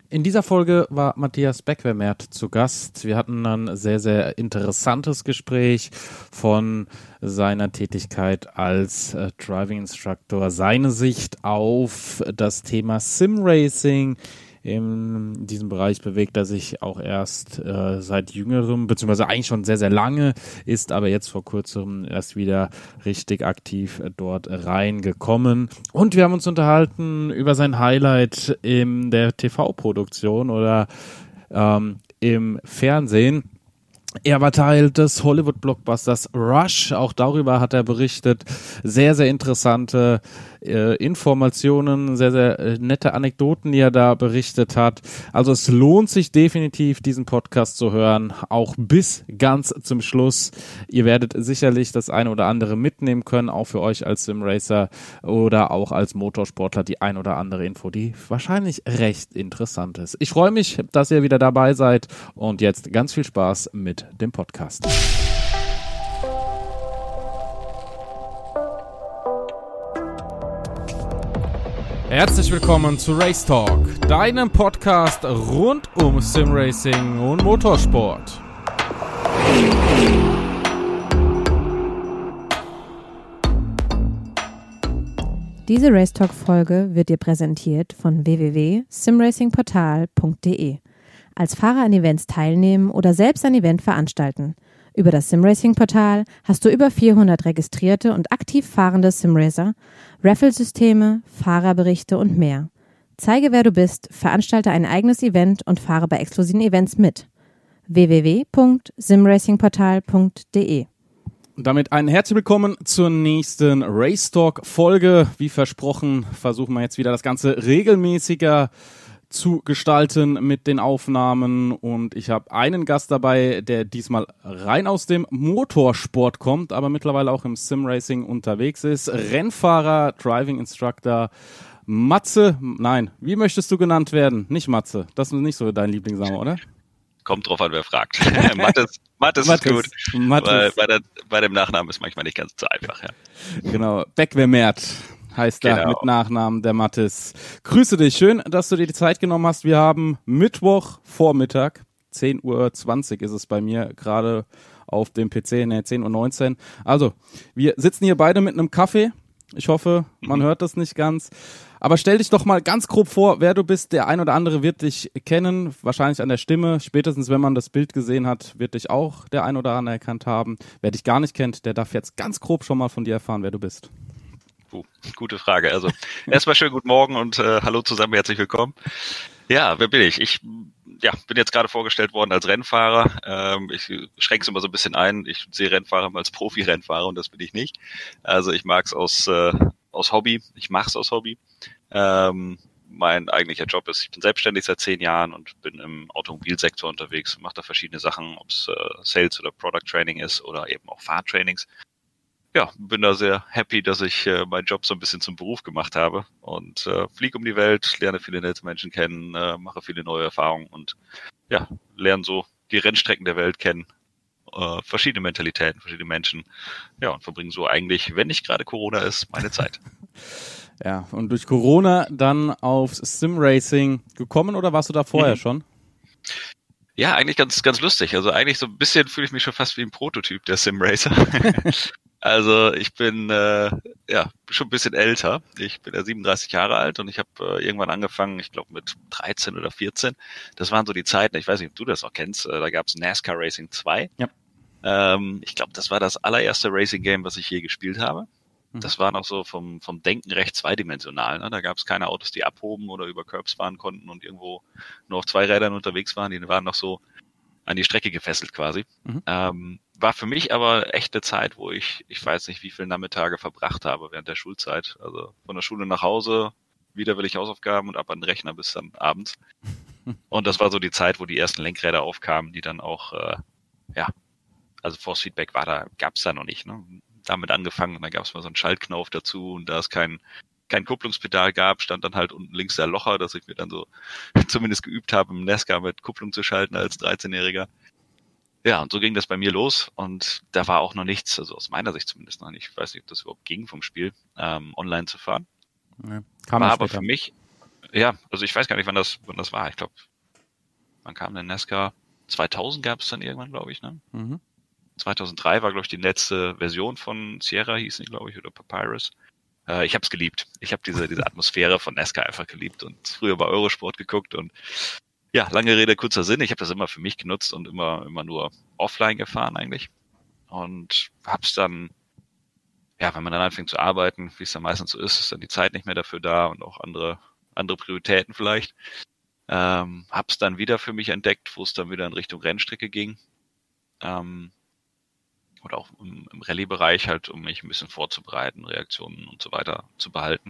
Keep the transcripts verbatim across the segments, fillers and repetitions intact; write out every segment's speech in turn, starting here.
In dieser Folge war Matthias Beckwemert zu Gast. Wir hatten ein sehr, sehr interessantes Gespräch von seiner Tätigkeit als äh, Driving Instructor, seine Sicht auf das Thema Simracing. In diesem Bereich bewegt er sich auch erst äh, seit jüngerem, beziehungsweise eigentlich schon sehr, sehr lange, ist aber jetzt vor kurzem erst wieder richtig aktiv äh, dort reingekommen. Und wir haben uns unterhalten über sein Highlight in der T V-Produktion oder ähm, im Fernsehen. Er war Teil des Hollywood-Blockbusters Rush, auch darüber hat er berichtet. Sehr, sehr interessante äh, Informationen, sehr, sehr äh, nette Anekdoten, die er da berichtet hat. Also es lohnt sich definitiv, diesen Podcast zu hören, auch bis ganz zum Schluss. Ihr werdet sicherlich das eine oder andere mitnehmen können, auch für euch als Simracer oder auch als Motorsportler die ein oder andere Info, die wahrscheinlich recht interessant ist. Ich freue mich, dass ihr wieder dabei seid und jetzt ganz viel Spaß mit dem Podcast. Herzlich willkommen zu Race Talk, deinem Podcast rund um Simracing und Motorsport. Diese Race Talk Folge wird dir präsentiert von w w w punkt simracingportal punkt d e. Als Fahrer an Events teilnehmen oder selbst ein Event veranstalten. Über das Simracing-Portal hast du über vierhundert registrierte und aktiv fahrende Simracer, Raffle-Systeme, Fahrerberichte und mehr. Zeige, wer du bist, veranstalte ein eigenes Event und fahre bei exklusiven Events mit. w w w punkt simracingportal punkt d e. Damit ein herzlich willkommen zur nächsten Race Talk Folge. Wie versprochen, versuchen wir jetzt wieder das Ganze regelmäßiger zu gestalten mit den Aufnahmen, und ich habe einen Gast dabei, der diesmal rein aus dem Motorsport kommt, aber mittlerweile auch im Simracing unterwegs ist. Rennfahrer, Driving Instructor Matze, nein, wie möchtest du genannt werden? Nicht Matze, das ist nicht so dein Lieblingsname, oder? Kommt drauf an, wer fragt. Mattes, Mattes ist gut, Mattes. Weil bei, der, bei dem Nachnamen ist manchmal nicht ganz so einfach. Ja. Genau, Beckwemert heißt er Genau. mit Nachnamen, der Mattes. Grüße dich, schön, dass du dir die Zeit genommen hast. Wir haben Mittwoch Vormittag, zehn Uhr zwanzig ist es bei mir, gerade auf dem P C, ne, zehn Uhr neunzehn. Also, wir sitzen hier beide mit einem Kaffee. Ich hoffe, man mhm. hört das nicht ganz. Aber stell dich doch mal ganz grob vor, wer du bist. Der ein oder andere wird dich kennen, wahrscheinlich an der Stimme. Spätestens, wenn man das Bild gesehen hat, wird dich auch der ein oder andere erkannt haben. Wer dich gar nicht kennt, der darf jetzt ganz grob schon mal von dir erfahren, wer du bist. Uh, gute Frage. Also erstmal schönen guten Morgen und äh, hallo zusammen, herzlich willkommen. Ja, wer bin ich? Ich ja, bin jetzt gerade vorgestellt worden als Rennfahrer. Ähm, ich schränke es immer so ein bisschen ein. Ich sehe Rennfahrer als Profi-Rennfahrer und das bin ich nicht. Also ich mag es aus, äh, aus Hobby. Ich mache es aus Hobby. Ähm, mein eigentlicher Job ist, ich bin selbstständig seit zehn Jahren und bin im Automobilsektor unterwegs, mache da verschiedene Sachen, ob es äh, Sales oder Product Training ist oder eben auch Fahrtrainings. Ja, bin da sehr happy, dass ich äh, meinen Job so ein bisschen zum Beruf gemacht habe und äh, fliege um die Welt, lerne viele nette Menschen kennen, äh, mache viele neue Erfahrungen und ja, lerne so die Rennstrecken der Welt kennen, äh, verschiedene Mentalitäten, verschiedene Menschen, ja, und verbringe so eigentlich, wenn nicht gerade Corona ist, meine Zeit. Ja, und durch Corona dann aufs Simracing gekommen oder warst du da vorher mhm. schon? Ja, eigentlich ganz, ganz lustig. Also eigentlich so ein bisschen fühle ich mich schon fast wie ein Prototyp der Simracer. Also ich bin äh, ja schon ein bisschen älter. Ich bin ja siebenunddreißig Jahre alt und ich habe äh, irgendwann angefangen, ich glaube mit dreizehn oder vierzehn. Das waren so die Zeiten, ich weiß nicht, ob du das auch kennst, äh, da gab es NASCAR Racing zwei. Ja. Ähm, ich glaube, das war das allererste Racing-Game, was ich je gespielt habe. Mhm. Das war noch so vom vom Denken recht zweidimensional. Ne? Da gab es keine Autos, die abhoben oder über Curbs fahren konnten und irgendwo nur auf zwei Rädern unterwegs waren. Die waren noch so an die Strecke gefesselt quasi. Mhm. Ähm, war für mich aber echt eine Zeit, wo ich, ich weiß nicht, wie viele Nachmittage verbracht habe während der Schulzeit. Also von der Schule nach Hause, widerwillig Hausaufgaben und ab an den Rechner bis dann abends. Und das war so die Zeit, wo die ersten Lenkräder aufkamen, die dann auch, äh, ja, also Force Feedback war da, gab's da noch nicht. Ne? Damit angefangen und dann gab's mal so einen Schaltknauf dazu und da es kein kein Kupplungspedal gab, stand dann halt unten links der Locher, dass ich mir dann so zumindest geübt habe, im NASCAR mit Kupplung zu schalten als dreizehnjähriger. Ja, und so ging das bei mir los und da war auch noch nichts, also aus meiner Sicht zumindest noch nicht, ich weiß nicht, ob das überhaupt ging vom Spiel, ähm, online zu fahren. Ja, kam war aber für mich, Ja, also ich weiß gar nicht, wann das, wann das war. Ich glaube, wann kam denn NASCAR? zweitausend gab es dann irgendwann, glaube ich, ne? Mhm. zweitausenddrei war, glaube ich, die letzte Version von Sierra, hieß sie, glaube ich, oder Papyrus. Äh, ich habe es geliebt. Ich habe diese, diese Atmosphäre von NASCAR einfach geliebt und früher bei Eurosport geguckt und ja, lange Rede, kurzer Sinn. Ich habe das immer für mich genutzt und immer, immer nur offline gefahren eigentlich. Und hab's dann, ja, wenn man dann anfängt zu arbeiten, wie es dann meistens so ist, ist dann die Zeit nicht mehr dafür da und auch andere, andere Prioritäten vielleicht. Ähm, hab's dann wieder für mich entdeckt, wo es dann wieder in Richtung Rennstrecke ging. Ähm, oder auch im, im Rallye-Bereich halt, um mich ein bisschen vorzubereiten, Reaktionen und so weiter zu behalten.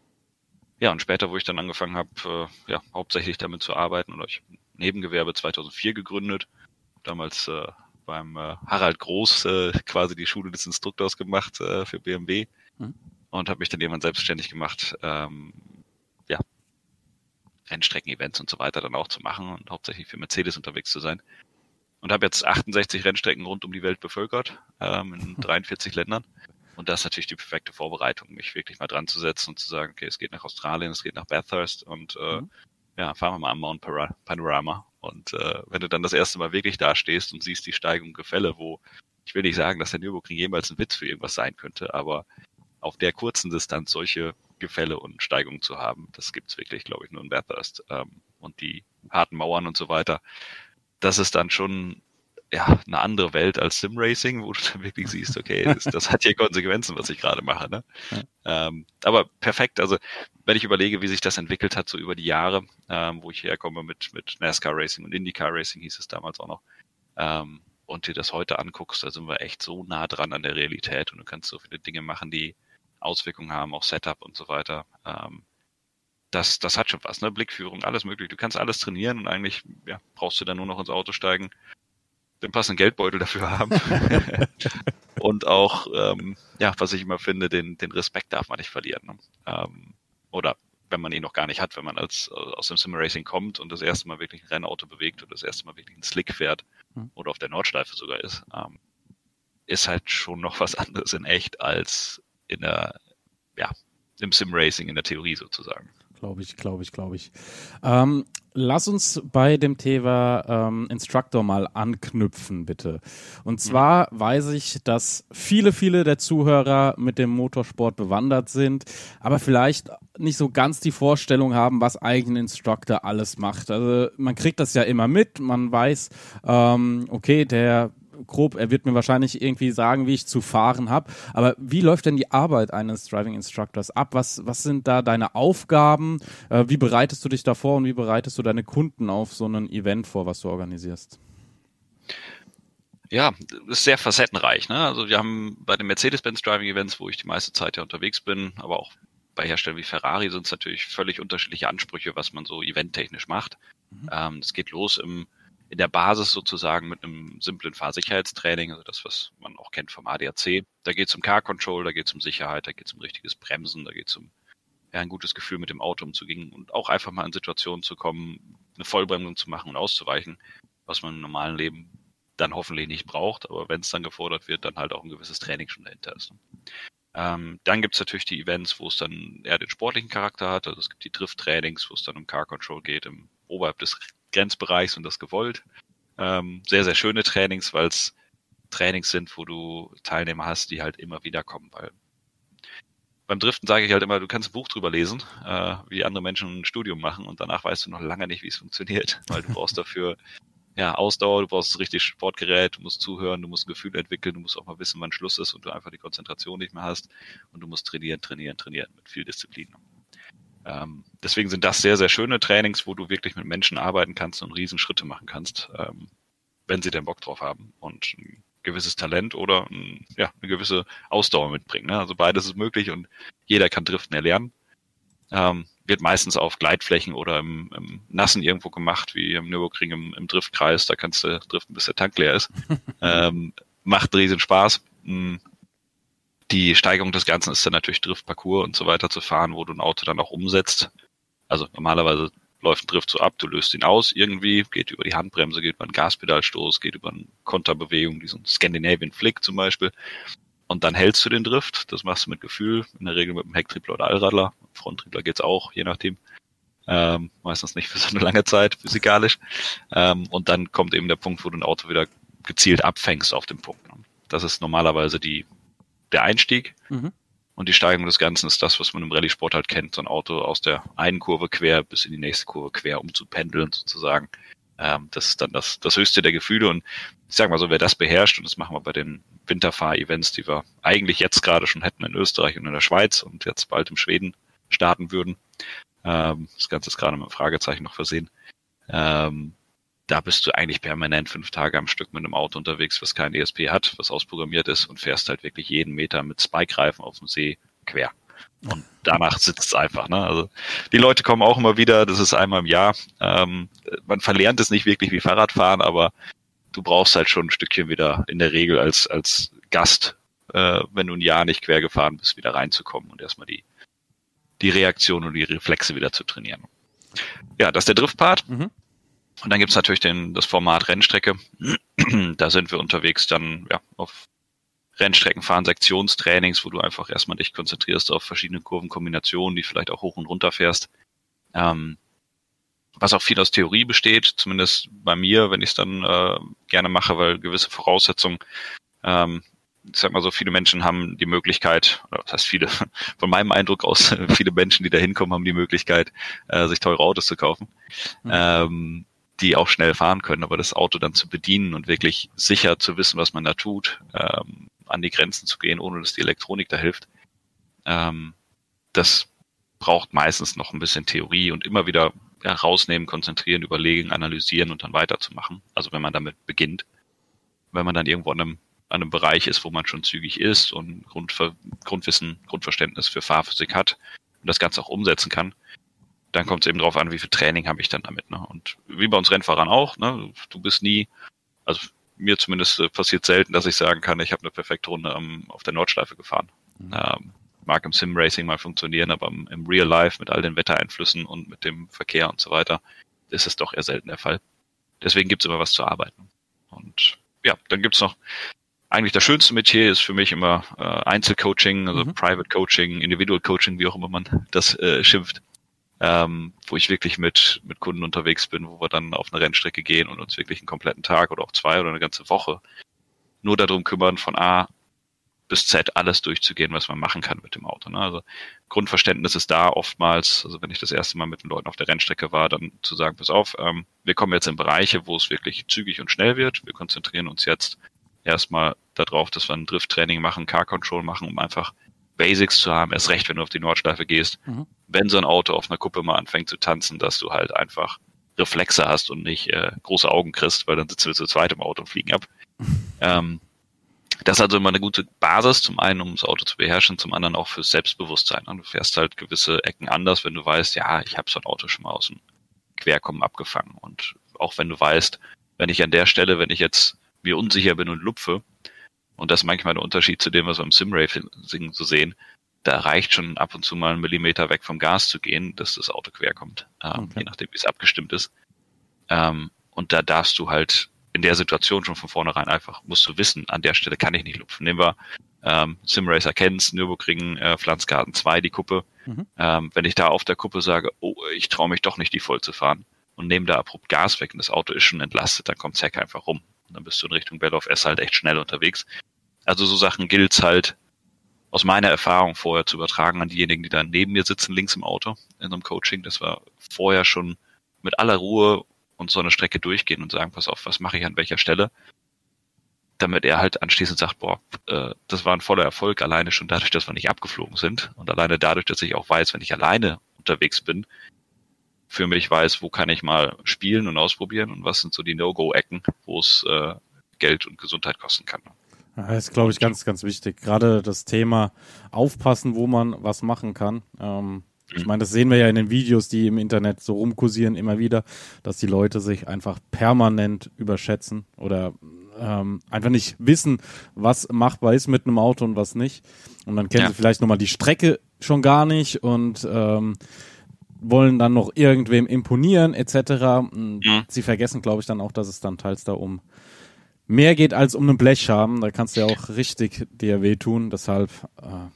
Ja, und später, wo ich dann angefangen habe, äh, ja, hauptsächlich damit zu arbeiten, oder ich habe Nebengewerbe zweitausendvier gegründet, damals äh, beim äh, Harald Groß äh, quasi die Schule des Instruktors gemacht äh, für B M W Mhm. und habe mich dann irgendwann selbstständig gemacht, ähm, ja, Rennstrecken-Events und so weiter dann auch zu machen und hauptsächlich für Mercedes unterwegs zu sein. Und habe jetzt achtundsechzig Rennstrecken rund um die Welt bevölkert, ähm, in dreiundvierzig Ländern. Und das ist natürlich die perfekte Vorbereitung, mich wirklich mal dran zu setzen und zu sagen, okay, es geht nach Australien, es geht nach Bathurst und äh, mhm. ja, fahren wir mal am Mount Panorama. Und äh, wenn du dann das erste Mal wirklich da stehst und siehst die Steigung Gefälle, wo ich will nicht sagen, dass der Nürburgring jemals ein Witz für irgendwas sein könnte, aber auf der kurzen Distanz solche Gefälle und Steigungen zu haben, das gibt's wirklich, glaube ich, nur in Bathurst. Ähm, und die harten Mauern und so weiter, das ist dann schon ja eine andere Welt als Sim-Racing, wo du dann wirklich siehst, okay, das, das hat hier Konsequenzen, was ich gerade mache. Ne? Ja. Ähm, aber perfekt, also wenn ich überlege, wie sich das entwickelt hat, so über die Jahre, ähm, wo ich herkomme mit, mit NASCAR Racing und IndyCar Racing, hieß es damals auch noch, ähm, und dir das heute anguckst, da sind wir echt so nah dran an der Realität und du kannst so viele Dinge machen, die Auswirkungen haben, auch Setup und so weiter. Ähm, das, das hat schon was, ne? Blickführung, alles möglich. Du kannst alles trainieren und eigentlich ja, brauchst du dann nur noch ins Auto steigen, den passenden Geldbeutel dafür haben und auch, ähm, ja, was ich immer finde, den, den Respekt darf man nicht verlieren. Ne? Ähm, oder wenn man ihn noch gar nicht hat, wenn man als aus dem Sim-Racing kommt und das erste Mal wirklich ein Rennauto bewegt oder das erste Mal wirklich einen Slick fährt mhm. oder auf der Nordschleife sogar ist, ähm, ist halt schon noch was anderes in echt als in der, ja, im Sim-Racing in der Theorie sozusagen. Glaube ich, glaube ich, glaube ich. Ähm, lass uns bei dem Thema ähm, Instructor mal anknüpfen, bitte. Und zwar mhm. weiß ich, dass viele, viele der Zuhörer mit dem Motorsport bewandert sind, aber vielleicht nicht so ganz die Vorstellung haben, was eigentlich ein Instructor alles macht. Also man kriegt das ja immer mit, man weiß, ähm, okay, der grob, er wird mir wahrscheinlich irgendwie sagen, wie ich zu fahren habe. Aber wie läuft denn die Arbeit eines Driving Instructors ab? Was, was sind da deine Aufgaben? Äh, wie bereitest du dich da vor und wie bereitest du deine Kunden auf so ein Event vor, was du organisierst? Ja, ist sehr facettenreich. Ne? Also wir haben bei den Mercedes-Benz Driving Events, wo ich die meiste Zeit ja unterwegs bin, aber auch bei Herstellern wie Ferrari sind es natürlich völlig unterschiedliche Ansprüche, was man so eventtechnisch macht. Mhm. Ähm, das geht los im in der Basis sozusagen mit einem simplen Fahrsicherheitstraining, also das, was man auch kennt vom A D A C. Da geht es um Car Control, da geht es um Sicherheit, da geht es um richtiges Bremsen, da geht es um ja, ein gutes Gefühl mit dem Auto umzugehen und auch einfach mal in Situationen zu kommen, eine Vollbremsung zu machen und auszuweichen, was man im normalen Leben dann hoffentlich nicht braucht, aber wenn es dann gefordert wird, dann halt auch ein gewisses Training schon dahinter ist. Ähm, dann gibt es natürlich die Events, wo es dann eher den sportlichen Charakter hat, also es gibt die Drift-Trainings, wo es dann um Car Control geht, im oberhalb des Grenzbereichs und das gewollt. Ähm, sehr, sehr schöne Trainings, weil es Trainings sind, wo du Teilnehmer hast, die halt immer wieder kommen. Weil beim Driften sage ich halt immer, du kannst ein Buch drüber lesen, äh, wie andere Menschen ein Studium machen und danach weißt du noch lange nicht, wie es funktioniert, weil du brauchst dafür ja Ausdauer, du brauchst richtig Sportgerät, du musst zuhören, du musst ein Gefühl entwickeln, du musst auch mal wissen, wann Schluss ist und du einfach die Konzentration nicht mehr hast und du musst trainieren, trainieren, trainieren mit viel Disziplin. Ähm, deswegen sind das sehr, sehr schöne Trainings, wo du wirklich mit Menschen arbeiten kannst und Riesenschritte machen kannst, ähm, wenn sie denn Bock drauf haben und ein gewisses Talent oder ein, ja, eine gewisse Ausdauer mitbringen. Ne? Also beides ist möglich und jeder kann Driften erlernen. Ähm, wird meistens auf Gleitflächen oder im, im Nassen irgendwo gemacht, wie im Nürburgring im, im Driftkreis. Da kannst du driften, bis der Tank leer ist. ähm, macht riesen Spaß. Die Steigerung des Ganzen ist dann natürlich Driftparcours und so weiter zu fahren, wo du ein Auto dann auch umsetzt. Also normalerweise läuft ein Drift so ab, du löst ihn aus irgendwie, geht über die Handbremse, geht über einen Gaspedalstoß, geht über eine Konterbewegung, diesen Scandinavian Flick zum Beispiel. Und dann hältst du den Drift. Das machst du mit Gefühl, in der Regel mit dem Hecktriebler oder Allradler. Fronttriebler geht's auch, je nachdem. Ähm, meistens nicht für so eine lange Zeit, physikalisch. Ähm, und dann kommt eben der Punkt, wo du ein Auto wieder gezielt abfängst auf dem Punkt. Das ist normalerweise die, der Einstieg. Mhm. Und die Steigerung des Ganzen ist das, was man im Rallye-Sport halt kennt, so ein Auto aus der einen Kurve quer bis in die nächste Kurve quer umzupendeln sozusagen. Ähm, das ist dann das, das höchste der Gefühle. Und ich sag mal so, wer das beherrscht, und das machen wir bei den Winterfahr-Events, die wir eigentlich jetzt gerade schon hätten in Österreich und in der Schweiz und jetzt bald in Schweden starten würden. Ähm, das Ganze ist gerade mit einem Fragezeichen noch versehen. Ähm, da bist du eigentlich permanent fünf Tage am Stück mit einem Auto unterwegs, was kein E S P hat, was ausprogrammiert ist und fährst halt wirklich jeden Meter mit Spike-Reifen auf dem See quer. Und danach sitzt es einfach. Ne? Also die Leute kommen auch immer wieder, das ist einmal im Jahr. Ähm, man verlernt es nicht wirklich wie Fahrradfahren, aber du brauchst halt schon ein Stückchen wieder in der Regel als als Gast, äh, wenn du ein Jahr nicht quer gefahren bist, wieder reinzukommen und erstmal die die Reaktion und die Reflexe wieder zu trainieren. Ja, das ist der Driftpart. Mhm. Und dann gibt's natürlich den, das Format Rennstrecke. Da sind wir unterwegs dann ja auf Rennstrecken fahren, Sektionstrainings, wo du einfach erstmal dich konzentrierst auf verschiedene Kurvenkombinationen, die vielleicht auch hoch und runter fährst. Ähm, was auch viel aus Theorie besteht, zumindest bei mir, wenn ich es dann äh, gerne mache, weil gewisse Voraussetzungen, ähm, ich sag mal so, viele Menschen haben die Möglichkeit, oder das heißt viele, von meinem Eindruck aus, viele Menschen, die da hinkommen, haben die Möglichkeit, äh, sich teure Autos zu kaufen. Mhm. Ähm, die auch schnell fahren können, aber das Auto dann zu bedienen und wirklich sicher zu wissen, was man da tut, ähm, an die Grenzen zu gehen, ohne dass die Elektronik da hilft, ähm, das braucht meistens noch ein bisschen Theorie und immer wieder ja, rausnehmen, konzentrieren, überlegen, analysieren und dann weiterzumachen. Also wenn man damit beginnt, wenn man dann irgendwo an einem, an einem Bereich ist, wo man schon zügig ist und Grundver- Grundwissen, Grundverständnis für Fahrphysik hat und das Ganze auch umsetzen kann, dann kommt es eben drauf an, wie viel Training habe ich dann damit. Ne? Und wie bei uns Rennfahrern auch, ne? Du bist nie, also mir zumindest äh, passiert selten, dass ich sagen kann, ich habe eine perfekte Runde ähm, auf der Nordschleife gefahren. Mhm. Ähm, mag im Sim-Racing mal funktionieren, aber im, im Real Life mit all den Wettereinflüssen und mit dem Verkehr und so weiter ist es doch eher selten der Fall. Deswegen gibt es immer was zu arbeiten. Und ja, dann gibt es noch, eigentlich das schönste Metier ist für mich immer äh, Einzelcoaching, also mhm. Private Coaching, Individual Coaching, wie auch immer man das äh, schimpft. Ähm, wo ich wirklich mit mit Kunden unterwegs bin, wo wir dann auf eine Rennstrecke gehen und uns wirklich einen kompletten Tag oder auch zwei oder eine ganze Woche nur darum kümmern, von A bis Z alles durchzugehen, was man machen kann mit dem Auto. Ne? Also Grundverständnis ist da oftmals, also wenn ich das erste Mal mit den Leuten auf der Rennstrecke war, dann zu sagen, pass auf, ähm, wir kommen jetzt in Bereiche, wo es wirklich zügig und schnell wird. Wir konzentrieren uns jetzt erstmal darauf, dass wir ein Drifttraining machen, Car Control machen, um einfach Basics zu haben, erst recht, wenn du auf die Nordschleife gehst, mhm. wenn so ein Auto auf einer Kuppe mal anfängt zu tanzen, dass du halt einfach Reflexe hast und nicht äh, große Augen kriegst, weil dann sitzen wir zu zweit im Auto und fliegen ab. ähm, das ist also immer eine gute Basis, zum einen, um das Auto zu beherrschen, zum anderen auch fürs Selbstbewusstsein. Du fährst halt gewisse Ecken anders, wenn du weißt, ja, ich habe so ein Auto schon mal aus dem Querkommen abgefangen. Und auch wenn du weißt, wenn ich an der Stelle, wenn ich jetzt mir unsicher bin und lupfe, und das ist manchmal der Unterschied zu dem, was wir im Sim-Racing so sehen. Da reicht schon ab und zu mal einen Millimeter weg vom Gas zu gehen, dass das Auto querkommt, ähm, okay. je nachdem, wie es abgestimmt ist. Ähm, und da darfst du halt in der Situation schon von vornherein einfach, musst du wissen, an der Stelle kann ich nicht lupfen. Nehmen wir ähm, Sim-Racer kennen's, Nürburgring, äh, Pflanzgarten zwei, die Kuppe. Mhm. Ähm, wenn ich da auf der Kuppe sage, oh, ich traue mich doch nicht, die voll zu fahren und nehme da abrupt Gas weg und das Auto ist schon entlastet, dann kommt Heck einfach rum. Und dann bist du in Richtung Bell of S halt echt schnell unterwegs. Also so Sachen gilt's halt aus meiner Erfahrung vorher zu übertragen an diejenigen, die da neben mir sitzen, links im Auto in so einem Coaching, dass wir vorher schon mit aller Ruhe und so eine Strecke durchgehen und sagen, pass auf, was mache ich an welcher Stelle, damit er halt anschließend sagt, boah, äh, das war ein voller Erfolg, alleine schon dadurch, dass wir nicht abgeflogen sind und alleine dadurch, dass ich auch weiß, wenn ich alleine unterwegs bin, für mich weiß, wo kann ich mal spielen und ausprobieren und was sind so die No-Go-Ecken, wo es äh, Geld und Gesundheit kosten kann. Ja, das ist, glaube ich, ganz, ganz wichtig. Gerade das Thema aufpassen, wo man was machen kann. Ähm, mhm. Ich meine, das sehen wir ja in den Videos, die im Internet so rumkursieren, immer wieder, dass die Leute sich einfach permanent überschätzen oder ähm, einfach nicht wissen, was machbar ist mit einem Auto und was nicht. Und dann kennen ja. sie vielleicht nochmal die Strecke schon gar nicht und ähm, wollen dann noch irgendwem imponieren et cetera. Mhm. Sie vergessen, glaube ich, dann auch, dass es dann teils da um mehr geht als um einen Blechschaden. Da kannst du ja auch richtig dir wehtun. Deshalb äh,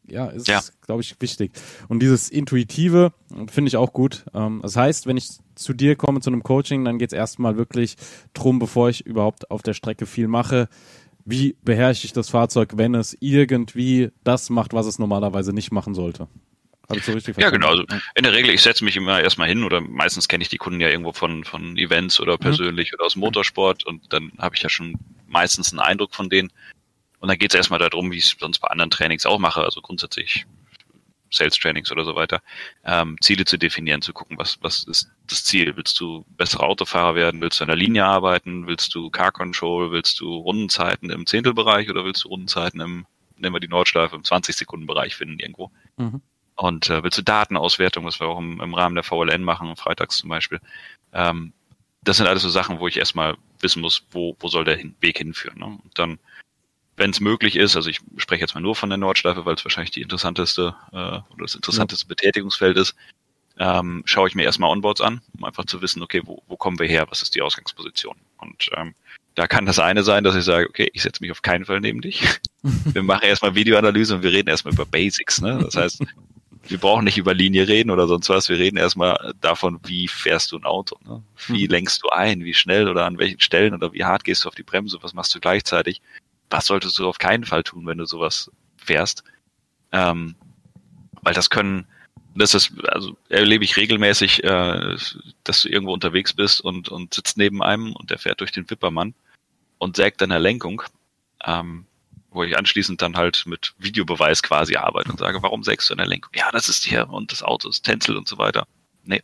ja, ist, ja. glaube ich, wichtig. Und dieses Intuitive finde ich auch gut. Ähm, das heißt, wenn ich zu dir komme zu einem Coaching, dann geht es erstmal wirklich drum, bevor ich überhaupt auf der Strecke viel mache, wie beherrsche ich das Fahrzeug, wenn es irgendwie das macht, was es normalerweise nicht machen sollte. Habe ich so richtig verstanden? Ja, genau. Also in der Regel, ich setze mich immer erstmal hin oder meistens kenne ich die Kunden ja irgendwo von, von Events oder persönlich mhm. oder aus dem Motorsport und dann habe ich ja schon meistens einen Eindruck von denen. Und dann geht es erstmal darum, wie ich es sonst bei anderen Trainings auch mache, also grundsätzlich Sales-Trainings oder so weiter, ähm, Ziele zu definieren, zu gucken, was, was ist das Ziel? Willst du besserer Autofahrer werden? Willst du in der Linie arbeiten? Willst du Car Control? Willst du Rundenzeiten im Zehntelbereich oder willst du Rundenzeiten im, nehmen wir die Nordschleife, im zwanzig-Sekunden-Bereich finden irgendwo? Mhm. Und äh, willst du Datenauswertung, was wir auch im, im Rahmen der V L N machen, freitags zum Beispiel. Ähm, das sind alles so Sachen, wo ich erstmal wissen muss, wo, wo soll der hin, Weg hinführen. Ne? Und dann, wenn es möglich ist, also ich spreche jetzt mal nur von der Nordschleife, weil es wahrscheinlich die interessanteste äh, oder das interessanteste ja. Betätigungsfeld ist, ähm, schaue ich mir erstmal Onboards an, um einfach zu wissen, okay, wo, wo kommen wir her, was ist die Ausgangsposition? Und ähm, da kann das eine sein, dass ich sage, okay, ich setze mich auf keinen Fall neben dich. Wir machen erstmal Videoanalyse und wir reden erstmal über Basics. Ne? Das heißt, wir brauchen nicht über Linie reden oder sonst was. Wir reden erstmal davon, wie fährst du ein Auto? Ne? Wie lenkst du ein? Wie schnell oder an welchen Stellen oder wie hart gehst du auf die Bremse? Was machst du gleichzeitig? Was solltest du auf keinen Fall tun, wenn du sowas fährst? Ähm, weil das können, das ist, also erlebe ich regelmäßig, äh, dass du irgendwo unterwegs bist und, und sitzt neben einem und der fährt durch den Wippermann und sägt an der Lenkung. Ähm, wo ich anschließend dann halt mit Videobeweis quasi arbeite und sage, warum sägst du in der Lenkung? Ja, das ist hier und das Auto ist Tänzel und so weiter. Nee.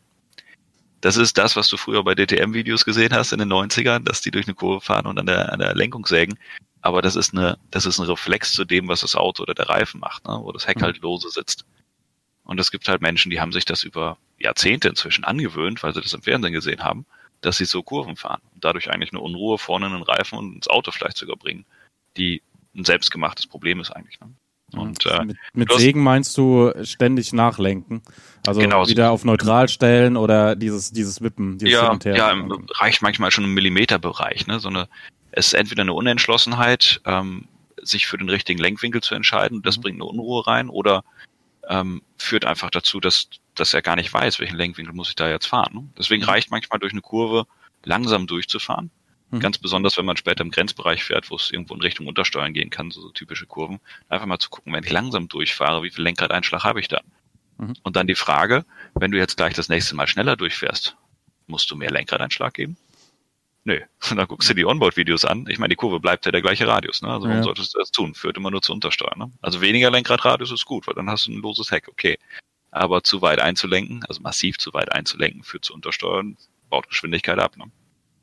Das ist das, was du früher bei D T M-Videos gesehen hast in den neunzigern, dass die durch eine Kurve fahren und an der, an der Lenkung sägen. Aber das ist eine, das ist ein Reflex zu dem, was das Auto oder der Reifen macht, ne? Wo das Heck halt lose sitzt. Und es gibt halt Menschen, die haben sich das über Jahrzehnte inzwischen angewöhnt, weil sie das im Fernsehen gesehen haben, dass sie so Kurven fahren und dadurch eigentlich eine Unruhe vorne in den Reifen und ins Auto vielleicht sogar bringen, die ein selbstgemachtes Problem ist eigentlich. Ne? Und, äh, mit mit Sägen meinst du ständig nachlenken? Also genau, wieder so auf neutral stellen oder dieses dieses Wippen? Dieses ja, ja im, reicht manchmal schon im Millimeterbereich. Ne? So eine, es ist entweder eine Unentschlossenheit, ähm, sich für den richtigen Lenkwinkel zu entscheiden, das mhm. bringt eine Unruhe rein, oder ähm, führt einfach dazu, dass, dass er gar nicht weiß, welchen Lenkwinkel muss ich da jetzt fahren. Ne? Deswegen mhm. reicht manchmal durch eine Kurve langsam durchzufahren. Ganz besonders, wenn man später im Grenzbereich fährt, wo es irgendwo in Richtung Untersteuern gehen kann, so, so typische Kurven. Einfach mal zu gucken, wenn ich langsam durchfahre, wie viel Lenkradeinschlag habe ich da? Mhm. Und dann die Frage, wenn du jetzt gleich das nächste Mal schneller durchfährst, musst du mehr Lenkradeinschlag geben? Nö. Und dann guckst du die Onboard-Videos an. Ich meine, die Kurve bleibt ja der gleiche Radius. Ne? Also warum ja. solltest du das tun? Führt immer nur zu Untersteuern. Ne? Also weniger Lenkradradius ist gut, weil dann hast du ein loses Heck. Okay. Aber zu weit einzulenken, also massiv zu weit einzulenken, führt zu Untersteuern, baut Geschwindigkeit ab. Ne?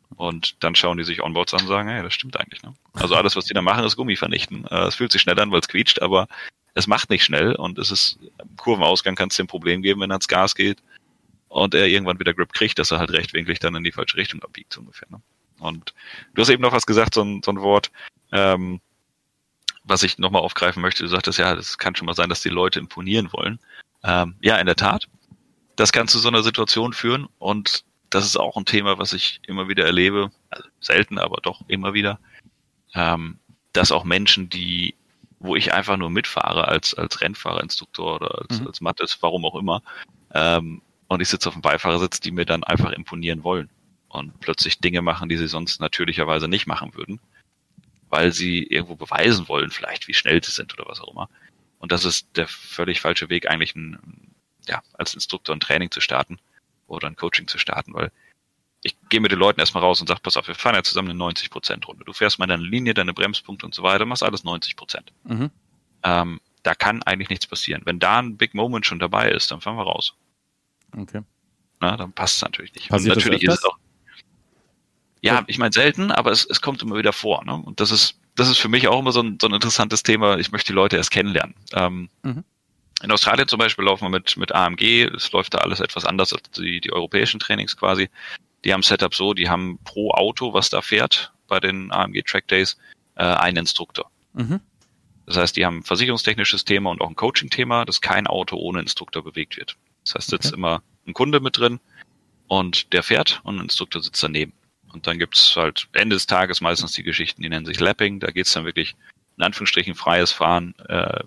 Und dann schauen die sich Onboards an und sagen, hey, das stimmt eigentlich. Ne? Also alles, was die da machen, ist Gummi vernichten. Es fühlt sich schnell an, weil es quietscht, aber es macht nicht schnell und es ist, im Kurvenausgang kann es dir ein Problem geben, wenn er ins Gas geht und er irgendwann wieder Grip kriegt, dass er halt rechtwinklig dann in die falsche Richtung abbiegt, so ungefähr. Ne? Und du hast eben noch was gesagt, so ein, so ein Wort, ähm, was ich nochmal aufgreifen möchte. Du sagtest, ja, das kann schon mal sein, dass die Leute imponieren wollen. Ähm, ja, in der Tat. Das kann zu so einer Situation führen und das ist auch ein Thema, was ich immer wieder erlebe, also selten, aber doch immer wieder, ähm, dass auch Menschen, die, wo ich einfach nur mitfahre als als Rennfahrer, Instruktor oder als, mhm. als Mattes, warum auch immer, ähm, und ich sitze auf dem Beifahrersitz, die mir dann einfach imponieren wollen und plötzlich Dinge machen, die sie sonst natürlicherweise nicht machen würden, weil sie irgendwo beweisen wollen, vielleicht wie schnell sie sind oder was auch immer. Und das ist der völlig falsche Weg, eigentlich ein, ja, als Instruktor ein Training zu starten oder ein Coaching zu starten, weil ich gehe mit den Leuten erstmal raus und sage, pass auf, wir fahren ja zusammen eine neunzig Prozent Runde. Du fährst mal deine Linie, deine Bremspunkte und so weiter, machst alles neunzig Prozent. Mhm. Ähm, da kann eigentlich nichts passieren. Wenn da ein Big Moment schon dabei ist, dann fahren wir raus. Okay. Na, dann passt es natürlich nicht. Passiert und natürlich das ist es auch. Ja, ja. Ich meine selten, aber es, es kommt immer wieder vor. Ne? Und das ist, das ist für mich auch immer so ein, so ein interessantes Thema. Ich möchte die Leute erst kennenlernen. Ähm, mhm. In Australien zum Beispiel laufen wir mit, mit A M G. Es läuft da alles etwas anders als die, die europäischen Trainings quasi. Die haben Setup so, die haben pro Auto, was da fährt, bei den A M G Track Days, äh, einen Instruktor. Mhm. Das heißt, die haben ein versicherungstechnisches Thema und auch ein Coaching-Thema, dass kein Auto ohne Instruktor bewegt wird. Das heißt, sitzt okay. immer ein Kunde mit drin und der fährt und ein Instruktor sitzt daneben. Und dann gibt's halt Ende des Tages meistens die Geschichten, die nennen sich Lapping. Da geht's dann wirklich in Anführungsstrichen freies Fahren äh, mit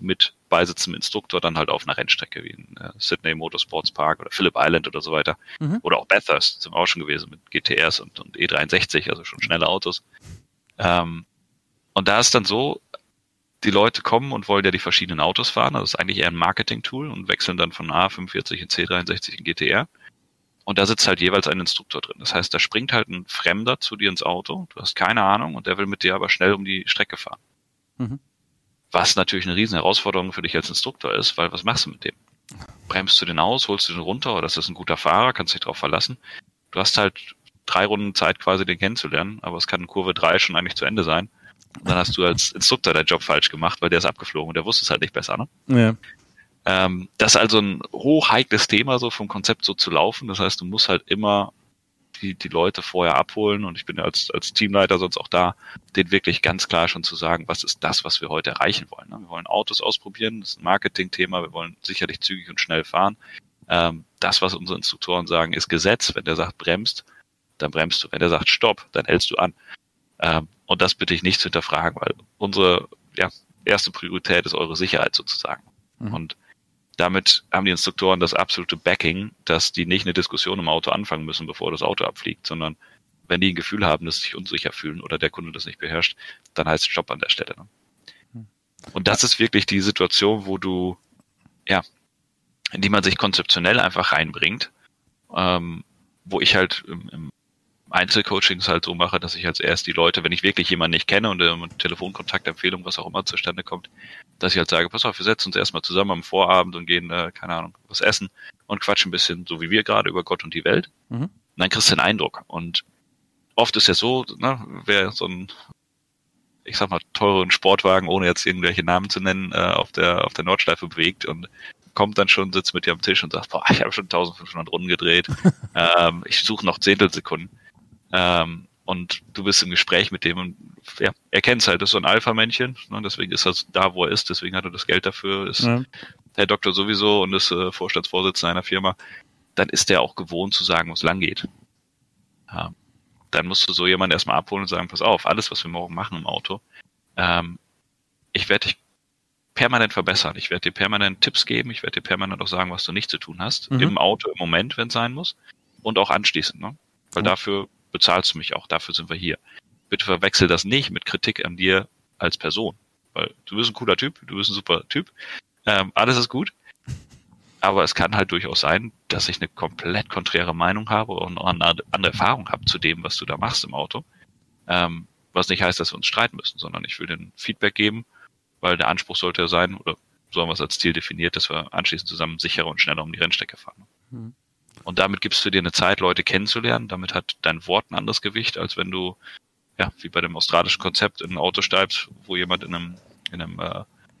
beisitzendem Instruktor dann halt auf einer Rennstrecke wie in äh, Sydney Motorsports Park oder Phillip Island oder so weiter. Mhm. Oder auch Bathurst sind wir auch schon gewesen mit G T Rs und, und E dreiundsechzig, also schon schnelle Autos. Ähm, und da ist dann so, die Leute kommen und wollen ja die verschiedenen Autos fahren. Also das ist eigentlich eher ein Marketing-Tool und wechseln dann von A fünfundvierzig in C dreiundsechzig in G T R. Und da sitzt halt jeweils ein Instruktor drin. Das heißt, da springt halt ein Fremder zu dir ins Auto. Du hast keine Ahnung und der will mit dir aber schnell um die Strecke fahren. Mhm. Was natürlich eine riesen Herausforderung für dich als Instruktor ist, weil was machst du mit dem? Bremst du den aus, holst du den runter oder ist das ein guter Fahrer, kannst dich drauf verlassen? Du hast halt drei Runden Zeit quasi den kennenzulernen, aber es kann in Kurve drei schon eigentlich zu Ende sein. Und dann hast du als Instruktor deinen Job falsch gemacht, weil der ist abgeflogen und der wusste es halt nicht besser, ne? Ja. Ähm, das ist also ein hochheikles Thema, so vom Konzept so zu laufen. Das heißt, du musst halt immer die, die Leute vorher abholen und ich bin ja als, als Teamleiter sonst auch da, denen wirklich ganz klar schon zu sagen, was ist das, was wir heute erreichen wollen. Ne? Wir wollen Autos ausprobieren, das ist ein Marketingthema, wir wollen sicherlich zügig und schnell fahren. Ähm, das, was unsere Instruktoren sagen, ist Gesetz. Wenn der sagt, bremst, dann bremst du. Wenn der sagt, stopp, dann hältst du an. Ähm, und das bitte ich nicht zu hinterfragen, weil unsere ja, erste Priorität ist eure Sicherheit sozusagen. Mhm. Und damit haben die Instruktoren das absolute Backing, dass die nicht eine Diskussion im Auto anfangen müssen, bevor das Auto abfliegt, sondern wenn die ein Gefühl haben, dass sie sich unsicher fühlen oder der Kunde das nicht beherrscht, dann heißt es Stopp an der Stelle. Ne? Mhm. Und das ist wirklich die Situation, wo du, ja, in die man sich konzeptionell einfach reinbringt, ähm, wo ich halt im, im Einzelcoachings halt so mache, dass ich als erst die Leute, wenn ich wirklich jemanden nicht kenne und ähm, Telefonkontaktempfehlung, was auch immer zustande kommt, dass ich halt sage, pass auf, wir setzen uns erstmal zusammen am Vorabend und gehen, äh, keine Ahnung, was essen und quatschen ein bisschen, so wie wir gerade, über Gott und die Welt. Mhm. Und dann kriegst du den Eindruck. Und oft ist ja so, ne, wer so ein, ich sag mal, teuren Sportwagen, ohne jetzt irgendwelche Namen zu nennen, äh, auf der auf der Nordschleife bewegt und kommt dann schon, sitzt mit dir am Tisch und sagt, boah, ich habe schon eintausendfünfhundert Runden gedreht, ähm, ich suche noch Zehntelsekunden. Ähm, und du bist im Gespräch mit dem und ja, er kennt's halt, das ist so ein Alpha-Männchen, ne, deswegen ist er da, wo er ist, deswegen hat er das Geld dafür, ist ja. Herr Doktor sowieso und ist äh, Vorstandsvorsitzender einer Firma, dann ist der auch gewohnt zu sagen, wo es lang geht. Ja, dann musst du so jemanden erstmal abholen und sagen, pass auf, alles, was wir morgen machen im Auto, ähm, ich werde dich permanent verbessern, ich werde dir permanent Tipps geben, ich werde dir permanent auch sagen, was du nicht zu tun hast, mhm. im Auto, im Moment, wenn es sein muss und auch anschließend, ne? Weil mhm. dafür bezahlst du mich auch, dafür sind wir hier. Bitte verwechsel das nicht mit Kritik an dir als Person, weil du bist ein cooler Typ, du bist ein super Typ, ähm, alles ist gut, aber es kann halt durchaus sein, dass ich eine komplett konträre Meinung habe und eine andere Erfahrung habe zu dem, was du da machst im Auto, ähm, was nicht heißt, dass wir uns streiten müssen, sondern ich will dir Feedback geben, weil der Anspruch sollte ja sein, oder so haben wir es als Ziel definiert, dass wir anschließend zusammen sicherer und schneller um die Rennstrecke fahren. Mhm. Und damit gibst du dir eine Zeit, Leute kennenzulernen. Damit hat dein Wort ein anderes Gewicht, als wenn du, ja, wie bei dem australischen Konzept in ein Auto steigst, wo jemand in einem, in einem, äh,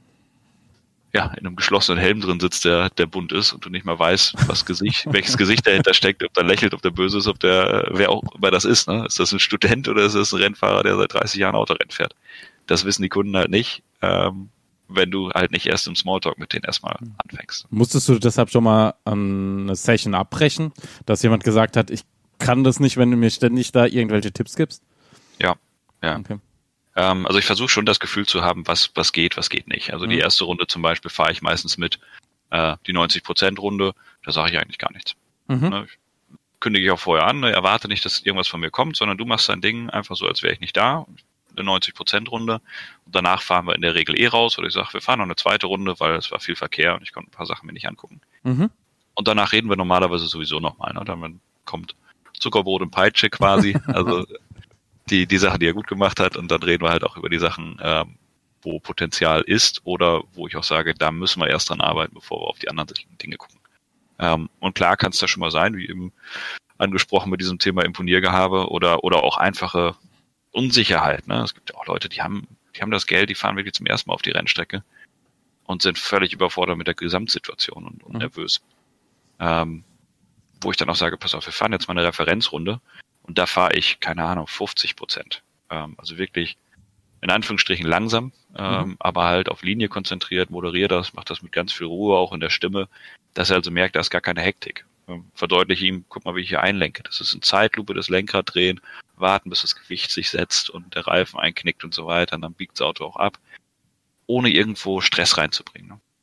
ja, in einem geschlossenen Helm drin sitzt, der, der bunt ist und du nicht mal weißt, was Gesicht, welches Gesicht dahinter steckt, ob der lächelt, ob der böse ist, ob der, wer auch immer das ist, ne? Ist das ein Student oder ist das ein Rennfahrer, der seit dreißig Jahren Autorennen fährt? Das wissen die Kunden halt nicht. Ähm, wenn du halt nicht erst im Smalltalk mit denen erstmal anfängst. Musstest du deshalb schon mal eine Session abbrechen, dass jemand gesagt hat, ich kann das nicht, wenn du mir ständig da irgendwelche Tipps gibst? Ja, ja. Okay. Ähm, also ich versuche schon das Gefühl zu haben, was was geht, was geht nicht. Also mhm. die erste Runde zum Beispiel fahre ich meistens mit, äh, die neunzig Prozent Runde, da sage ich eigentlich gar nichts. Mhm. Ne, ich kündige ich auch vorher an, ne, erwarte nicht, dass irgendwas von mir kommt, sondern du machst dein Ding einfach so, als wäre ich nicht da. Eine neunzig Prozent Runde und danach fahren wir in der Regel eh raus oder ich sage, wir fahren noch eine zweite Runde, weil es war viel Verkehr und ich konnte ein paar Sachen mir nicht angucken. Mhm. Und danach reden wir normalerweise sowieso nochmal, ne? Dann kommt Zuckerbrot und Peitsche quasi, also die die Sachen, die er gut gemacht hat und dann reden wir halt auch über die Sachen, ähm, wo Potenzial ist oder wo ich auch sage, da müssen wir erst dran arbeiten, bevor wir auf die anderen Dinge gucken. Ähm, und klar kann es da schon mal sein, wie eben angesprochen mit diesem Thema Imponiergehabe oder oder auch einfache Unsicherheit, ne? Es gibt ja auch Leute, die haben, die haben das Geld, die fahren wirklich zum ersten Mal auf die Rennstrecke und sind völlig überfordert mit der Gesamtsituation und, und mhm. nervös. Ähm, wo ich dann auch sage, pass auf, wir fahren jetzt mal eine Referenzrunde und da fahre ich, keine Ahnung, fünfzig Prozent. Ähm, also wirklich in Anführungsstrichen langsam, ähm, mhm. aber halt auf Linie konzentriert, moderiere das, mache das mit ganz viel Ruhe auch in der Stimme, dass er also merkt, da ist gar keine Hektik. Ähm, verdeutliche ihm, guck mal, wie ich hier einlenke. Das ist in Zeitlupe, das Lenkrad drehen, warten, bis das Gewicht sich setzt und der Reifen einknickt und so weiter, und dann biegt das Auto auch ab, ohne irgendwo Stress reinzubringen. Ne?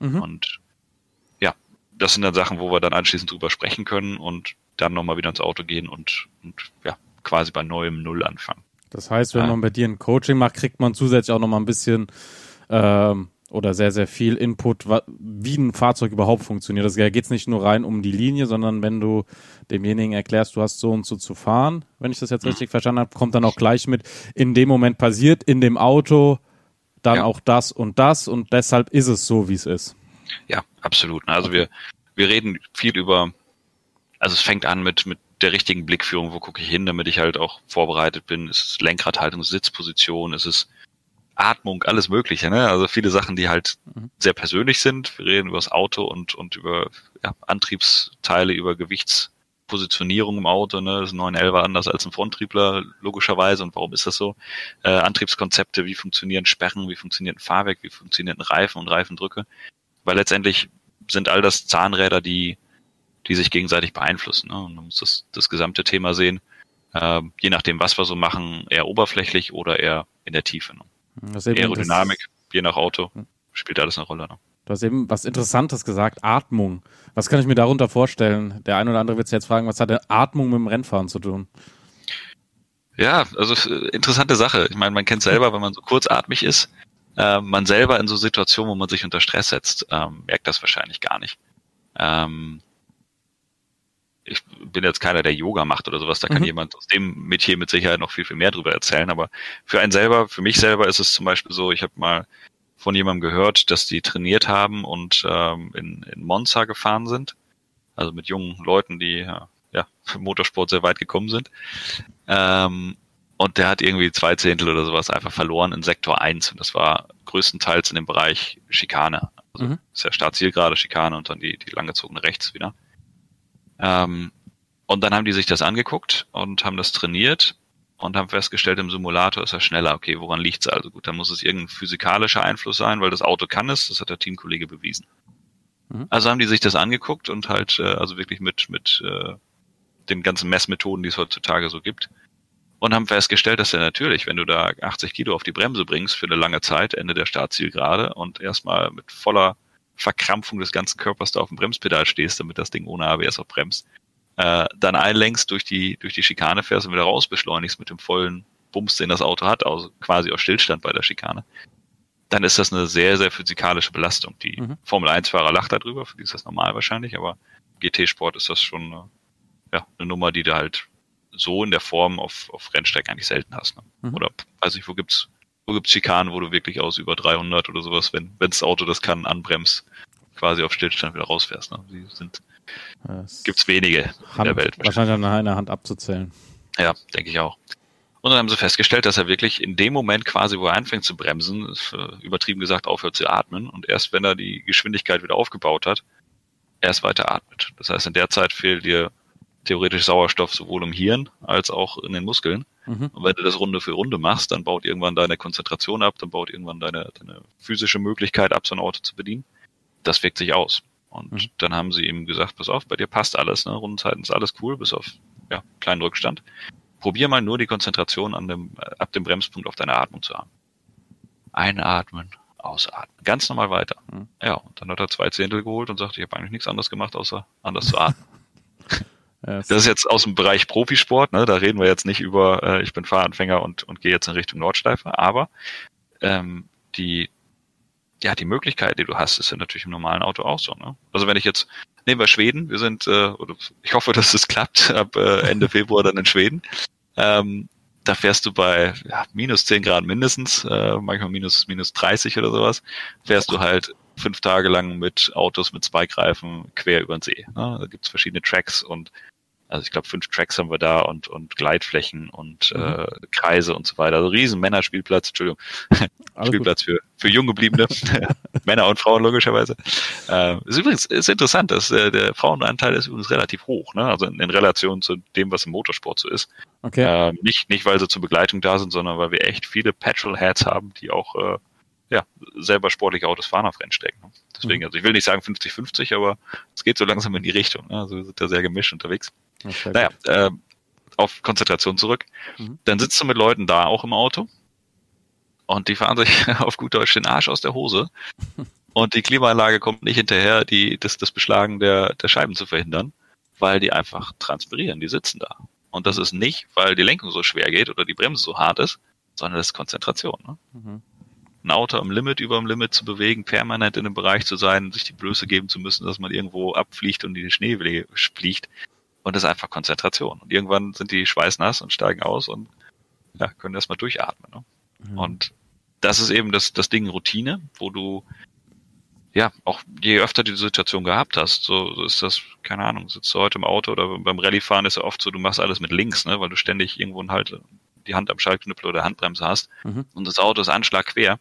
Mhm. Und ja, das sind dann Sachen, wo wir dann anschließend drüber sprechen können und dann nochmal wieder ins Auto gehen und, und ja, quasi bei neuem Null anfangen. Das heißt, wenn man bei dir ein Coaching macht, kriegt man zusätzlich auch nochmal ein bisschen ähm, oder sehr, sehr viel Input, wie ein Fahrzeug überhaupt funktioniert. Da geht es nicht nur rein um die Linie, sondern wenn du demjenigen erklärst, du hast so und so zu fahren, wenn ich das jetzt richtig mhm. verstanden habe, kommt dann auch gleich mit, in dem Moment passiert in dem Auto dann ja. auch das und das und deshalb ist es so, wie es ist. Ja, absolut. Also wir, wir reden viel über, also es fängt an mit, mit der richtigen Blickführung, wo gucke ich hin, damit ich halt auch vorbereitet bin. Es ist Lenkradhaltung, Sitzposition, es ist Atmung, alles Mögliche, ne? Also viele Sachen, die halt mhm. sehr persönlich sind. Wir reden über das Auto und, und über ja, Antriebsteile, über Gewichtspositionierung im Auto, ne? Das ist ein neun elfer anders als ein Fronttriebler, logischerweise. Und warum ist das so? Äh, Antriebskonzepte, wie funktionieren Sperren, wie funktioniert ein Fahrwerk, wie funktioniert ein Reifen und Reifendrücke? Weil letztendlich sind all das Zahnräder, die die sich gegenseitig beeinflussen. Ne? Und man muss das, das gesamte Thema sehen, äh, je nachdem, was wir so machen, eher oberflächlich oder eher in der Tiefe. Ne? Das Aerodynamik, das, je nach Auto, spielt alles eine Rolle. Ne? Du hast eben was Interessantes gesagt, Atmung. Was kann ich mir darunter vorstellen? Der eine oder andere wird sich jetzt fragen, was hat denn Atmung mit dem Rennfahren zu tun? Ja, also interessante Sache. Ich meine, man kennt selber, wenn man so kurzatmig ist, äh, man selber in so Situationen, wo man sich unter Stress setzt, ähm, merkt das wahrscheinlich gar nicht. Ähm, ich bin jetzt keiner, der Yoga macht oder sowas, da kann mhm. jemand aus dem Metier mit Sicherheit noch viel, viel mehr drüber erzählen, aber für einen selber, für mich selber ist es zum Beispiel so, ich habe mal von jemandem gehört, dass die trainiert haben und ähm, in, in Monza gefahren sind, also mit jungen Leuten, die ja, ja für Motorsport sehr weit gekommen sind, ähm, und der hat irgendwie zwei Zehntel oder sowas einfach verloren in Sektor eins und das war größtenteils in dem Bereich Schikane, also mhm. ist ja Startzielgerade, Schikane und dann die, die langgezogene rechts wieder. Ähm, und dann haben die sich das angeguckt und haben das trainiert und haben festgestellt, im Simulator ist er schneller. Okay, woran liegt's also? Gut, dann muss es irgendein physikalischer Einfluss sein, weil das Auto kann es, das hat der Teamkollege bewiesen. Mhm. Also haben die sich das angeguckt und halt, äh, also wirklich mit, mit äh, den ganzen Messmethoden, die es heutzutage so gibt, und haben festgestellt, dass ja natürlich, wenn du da achtzig Kilo auf die Bremse bringst für eine lange Zeit, Ende der Startzielgerade und erstmal mit voller Verkrampfung des ganzen Körpers da auf dem Bremspedal stehst, damit das Ding ohne A B S auch bremst, äh, dann einlenkst, durch die durch die Schikane fährst und wieder raus beschleunigst mit dem vollen Bums, den das Auto hat, also quasi aus Stillstand bei der Schikane, dann ist das eine sehr, sehr physikalische Belastung. Die mhm. Formel eins Fahrer lacht darüber, für die ist das normal wahrscheinlich, aber G T-Sport ist das schon äh, ja, eine Nummer, die du halt so in der Form auf, auf Rennstrecken eigentlich selten hast. Ne? Mhm. Oder weiß ich, wo gibt's Wo gibt's Schikanen, wo du wirklich aus über dreihundert oder sowas, wenn wenn das Auto das kann, anbremst, quasi auf Stillstand wieder rausfährst. Ne? Die sind, das gibt's wenige Hand, in der Welt. Wahrscheinlich an einer Hand abzuzählen. Ja, denke ich auch. Und dann haben sie festgestellt, dass er wirklich in dem Moment quasi, wo er anfängt zu bremsen, ist, äh, übertrieben gesagt, aufhört zu atmen und erst wenn er die Geschwindigkeit wieder aufgebaut hat, erst weiter atmet. Das heißt, in der Zeit fehlt dir theoretisch Sauerstoff sowohl im Hirn als auch in den Muskeln. Mhm. Und wenn du das Runde für Runde machst, dann baut irgendwann deine Konzentration ab, dann baut irgendwann deine, deine physische Möglichkeit ab, so ein Auto zu bedienen. Das wirkt sich aus. Und mhm. dann haben sie ihm gesagt, pass auf, bei dir passt alles, ne? Rundenzeiten ist alles cool, bis auf ja, kleinen Rückstand. Probier mal nur die Konzentration an dem, ab dem Bremspunkt auf deine Atmung zu haben. Einatmen, ausatmen. Ganz normal weiter. Mhm. Ja, und dann hat er zwei Zehntel geholt und sagt, ich habe eigentlich nichts anderes gemacht, außer anders zu atmen. Das ist jetzt aus dem Bereich Profisport, ne? Da reden wir jetzt nicht über, äh, ich bin Fahranfänger und, und gehe jetzt in Richtung Nordschleife, aber ähm, die ja die Möglichkeit, die du hast, ist ja natürlich im normalen Auto auch so. Ne? Also wenn ich jetzt, nehmen wir Schweden, wir sind, äh, oder ich hoffe, dass es klappt, ab äh, Ende Februar dann in Schweden, ähm, da fährst du bei ja, minus zehn Grad mindestens, äh, manchmal minus minus dreißig oder sowas, fährst du halt fünf Tage lang mit Autos mit Spike-Reifen quer über den See. Ne? Da gibt's verschiedene Tracks und also ich glaube, fünf Tracks haben wir da und und Gleitflächen und mhm. äh, Kreise und so weiter. Also riesen Männerspielplatz, Entschuldigung, Spielplatz für für jung gebliebene Männer und Frauen logischerweise. Äh, ist übrigens ist interessant, dass äh, der Frauenanteil ist übrigens relativ hoch, ne? Also in, in Relation zu dem, was im Motorsport so ist. Okay. Äh, nicht nicht weil sie zur Begleitung da sind, sondern weil wir echt viele Petrolheads haben, die auch äh, ja selber sportliche Autos fahren auf Rennstrecken. Deswegen, mhm. also ich will nicht sagen fünfzig fünfzig, aber es geht so langsam in die Richtung. Ne? Also wir sind da sehr gemischt unterwegs. Naja, äh, auf Konzentration zurück. Mhm. Dann sitzt du mit Leuten da auch im Auto und die fahren sich auf gut Deutsch den Arsch aus der Hose Und die Klimaanlage kommt nicht hinterher, die, das, das Beschlagen der, der Scheiben zu verhindern, weil die einfach transpirieren, die sitzen da. Und das ist nicht, weil die Lenkung so schwer geht oder die Bremse so hart ist, sondern das ist Konzentration. Ne? Mhm. Ein Auto am Limit, über dem Limit zu bewegen, permanent in einem Bereich zu sein, sich die Blöße geben zu müssen, dass man irgendwo abfliegt und in die Schnee fliegt. Und das ist einfach Konzentration. Und irgendwann sind die schweißnass und steigen aus und ja, können erstmal durchatmen. Ne? Mhm. Und das ist eben das, das Ding Routine, wo du ja, auch je öfter du die Situation gehabt hast, so, so ist das, keine Ahnung, sitzt du heute im Auto oder beim Rallyefahren ist ja oft so, du machst alles mit links, ne, weil du ständig irgendwo halt die Hand am Schaltknüppel oder Handbremse hast mhm. und das Auto ist anschlagquer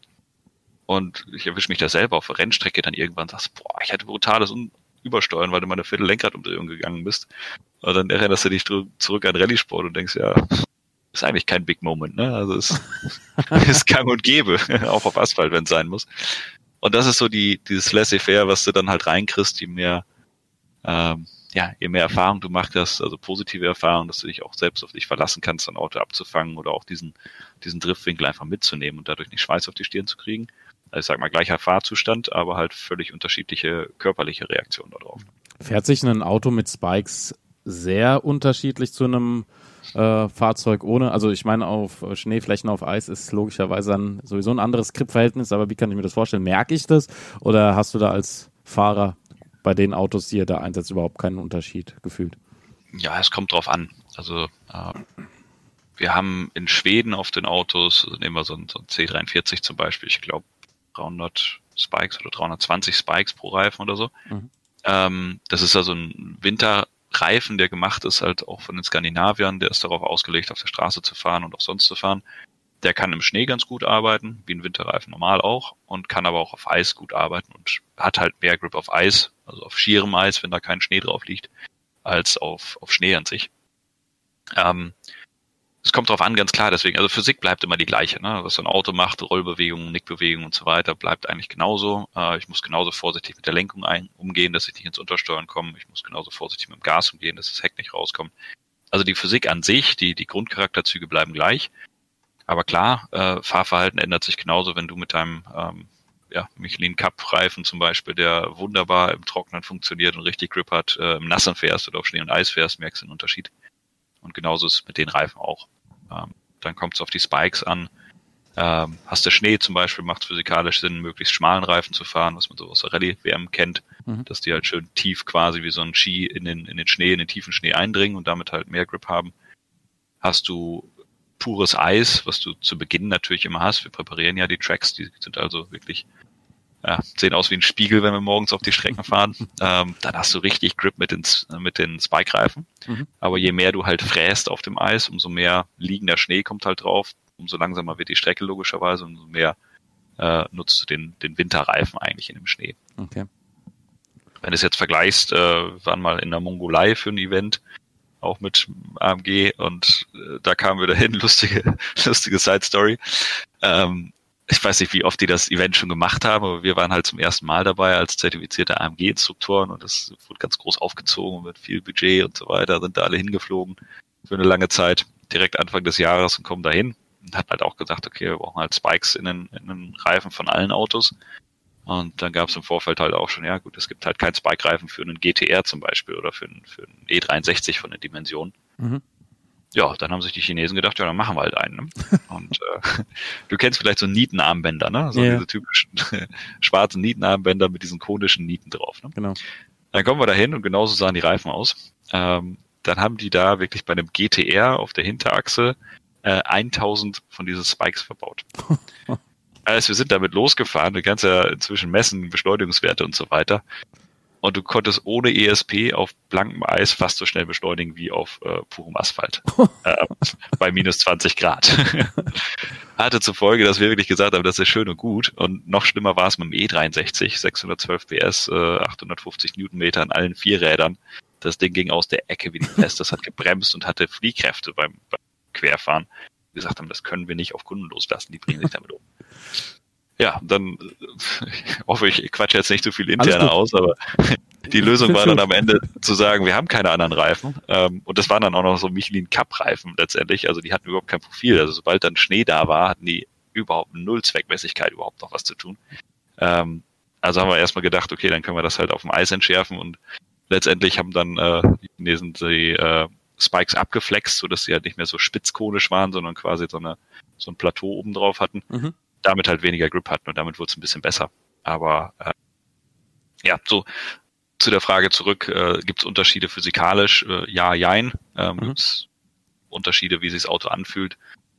und ich erwische mich da selber auf der Rennstrecke dann irgendwann sagst, boah, ich hatte brutales Übersteuern, weil du mal eine Viertel Lenkradumdrehung gegangen bist und dann erinnerst du dich zurück an Rallye-Sport und denkst, ja, ist eigentlich kein Big Moment, ne, also es ist gang und gäbe, auch auf Asphalt, wenn es sein muss. Und das ist so die dieses Laissez-faire, was du dann halt reinkriegst, je mehr ähm, ja, je mehr Erfahrung du machst, also positive Erfahrung, dass du dich auch selbst auf dich verlassen kannst, ein Auto abzufangen oder auch diesen diesen Driftwinkel einfach mitzunehmen und dadurch nicht Schweiß auf die Stirn zu kriegen. Also ich sag mal gleicher Fahrzustand, aber halt völlig unterschiedliche körperliche Reaktionen darauf. Fährt sich ein Auto mit Spikes sehr unterschiedlich zu einem äh, Fahrzeug ohne, also ich meine auf Schneeflächen, auf Eis ist logischerweise dann sowieso ein anderes Grip-Verhältnis, aber wie kann ich mir das vorstellen? Merke ich das oder hast du da als Fahrer bei den Autos, die ihr da einsetzt, überhaupt keinen Unterschied gefühlt? Ja, es kommt drauf an. Also äh, wir haben in Schweden auf den Autos, also nehmen wir so ein, so ein C dreiundvierzig zum Beispiel, ich glaube dreihundert Spikes oder dreihundertzwanzig Spikes pro Reifen oder so. Mhm. Ähm, das ist also ein Winter Reifen, der gemacht ist, halt auch von den Skandinaviern, der ist darauf ausgelegt, auf der Straße zu fahren und auch sonst zu fahren. Der kann im Schnee ganz gut arbeiten, wie ein Winterreifen normal auch, und kann aber auch auf Eis gut arbeiten und hat halt mehr Grip auf Eis, also auf schierem Eis, wenn da kein Schnee drauf liegt, als auf, auf Schnee an sich. Ähm, es kommt drauf an, ganz klar, deswegen, also Physik bleibt immer die gleiche, ne? Was so ein Auto macht, Rollbewegungen, Nickbewegungen und so weiter, bleibt eigentlich genauso. Äh, ich muss genauso vorsichtig mit der Lenkung ein, umgehen, dass ich nicht ins Untersteuern komme. Ich muss genauso vorsichtig mit dem Gas umgehen, dass das Heck nicht rauskommt. Also die Physik an sich, die, die Grundcharakterzüge bleiben gleich. Aber klar, äh, Fahrverhalten ändert sich genauso, wenn du mit deinem ähm, ja, Michelin Cup Reifen zum Beispiel, der wunderbar im Trocknen funktioniert und richtig Grip hat, äh, im Nassen fährst oder auf Schnee und Eis fährst, merkst du den Unterschied. Und genauso ist es mit den Reifen auch. Ähm, dann kommt es auf die Spikes an. Ähm, hast du Schnee zum Beispiel, macht es physikalisch Sinn, möglichst schmalen Reifen zu fahren, was man so aus der Rallye-W M kennt, mhm. dass die halt schön tief quasi wie so ein Ski in den, in den Schnee, in den tiefen Schnee eindringen und damit halt mehr Grip haben. Hast du pures Eis, was du zu Beginn natürlich immer hast. Wir präparieren ja die Tracks, die sind also wirklich, ja, sehen aus wie ein Spiegel, wenn wir morgens auf die Strecken fahren. ähm, dann hast du richtig Grip mit den, mit den Spike-Reifen. Mhm. Aber je mehr du halt fräst auf dem Eis, umso mehr liegender Schnee kommt halt drauf, umso langsamer wird die Strecke logischerweise, umso mehr äh, nutzt du den, den Winterreifen eigentlich in dem Schnee. Okay. Wenn du es jetzt vergleichst, äh, waren mal in der Mongolei für ein Event, auch mit A M G, und äh, da kamen wir dahin, lustige, lustige Side-Story. Ähm, ich weiß nicht, wie oft die das Event schon gemacht haben, aber wir waren halt zum ersten Mal dabei als zertifizierte A M G-Instruktoren und das wurde ganz groß aufgezogen mit viel Budget und so weiter, sind da alle hingeflogen für eine lange Zeit, direkt Anfang des Jahres, und kommen dahin und hat halt auch gesagt, okay, wir brauchen halt Spikes in den, in den Reifen von allen Autos. Und dann gab es im Vorfeld halt auch schon, ja gut, es gibt halt keinen Spike-Reifen für einen G T R zum Beispiel oder für einen, für einen E dreiundsechzig von den Dimensionen. Mhm. Ja, dann haben sich die Chinesen gedacht, ja, dann machen wir halt einen. Ne? Und äh, du kennst vielleicht so Nietenarmbänder, ne? So yeah. Diese typischen schwarzen Nietenarmbänder mit diesen konischen Nieten drauf. Ne? Genau. Dann kommen wir da hin und genauso sahen die Reifen aus. Ähm, dann haben die da wirklich bei einem G T R auf der Hinterachse äh, tausend von diesen Spikes verbaut. Also wir sind damit losgefahren, du kannst ja inzwischen messen, Beschleunigungswerte und so weiter. Und du konntest ohne E S P auf blankem Eis fast so schnell beschleunigen wie auf äh, purem Asphalt. äh, bei minus zwanzig Grad. Hatte zur Folge, dass wir wirklich gesagt haben, das ist schön und gut. Und noch schlimmer war es mit dem E dreiundsechzig, sechshundertzwölf P S, äh, achthundertfünfzig Newtonmeter an allen vier Rädern. Das Ding ging aus der Ecke wie die Pest. Das hat gebremst und hatte Fliehkräfte beim, beim Querfahren. Wir gesagt haben, das können wir nicht auf Kunden loslassen, die bringen sich damit um. Ja, dann ich hoffe ich, quatsche jetzt nicht so viel interner aus, aber die Lösung war dann am Ende zu sagen, wir haben keine anderen Reifen. Ähm, und das waren dann auch noch so Michelin Cup Reifen letztendlich. Also die hatten überhaupt kein Profil. Also sobald dann Schnee da war, hatten die überhaupt null Zweckmäßigkeit, überhaupt noch was zu tun. Ähm, also haben wir erstmal gedacht, okay, dann können wir das halt auf dem Eis entschärfen und letztendlich haben dann äh, die Chinesen die äh, Spikes abgeflext, sodass sie halt nicht mehr so spitzkonisch waren, sondern quasi so, eine, so ein Plateau oben drauf hatten, mhm. damit halt weniger Grip hatten und damit wurde es ein bisschen besser. Aber äh, ja, so zu der Frage zurück, äh, gibt es Unterschiede physikalisch? Äh, ja, jein. Ähm, mhm. Gibt es Unterschiede, wie sich das Auto anfühlt?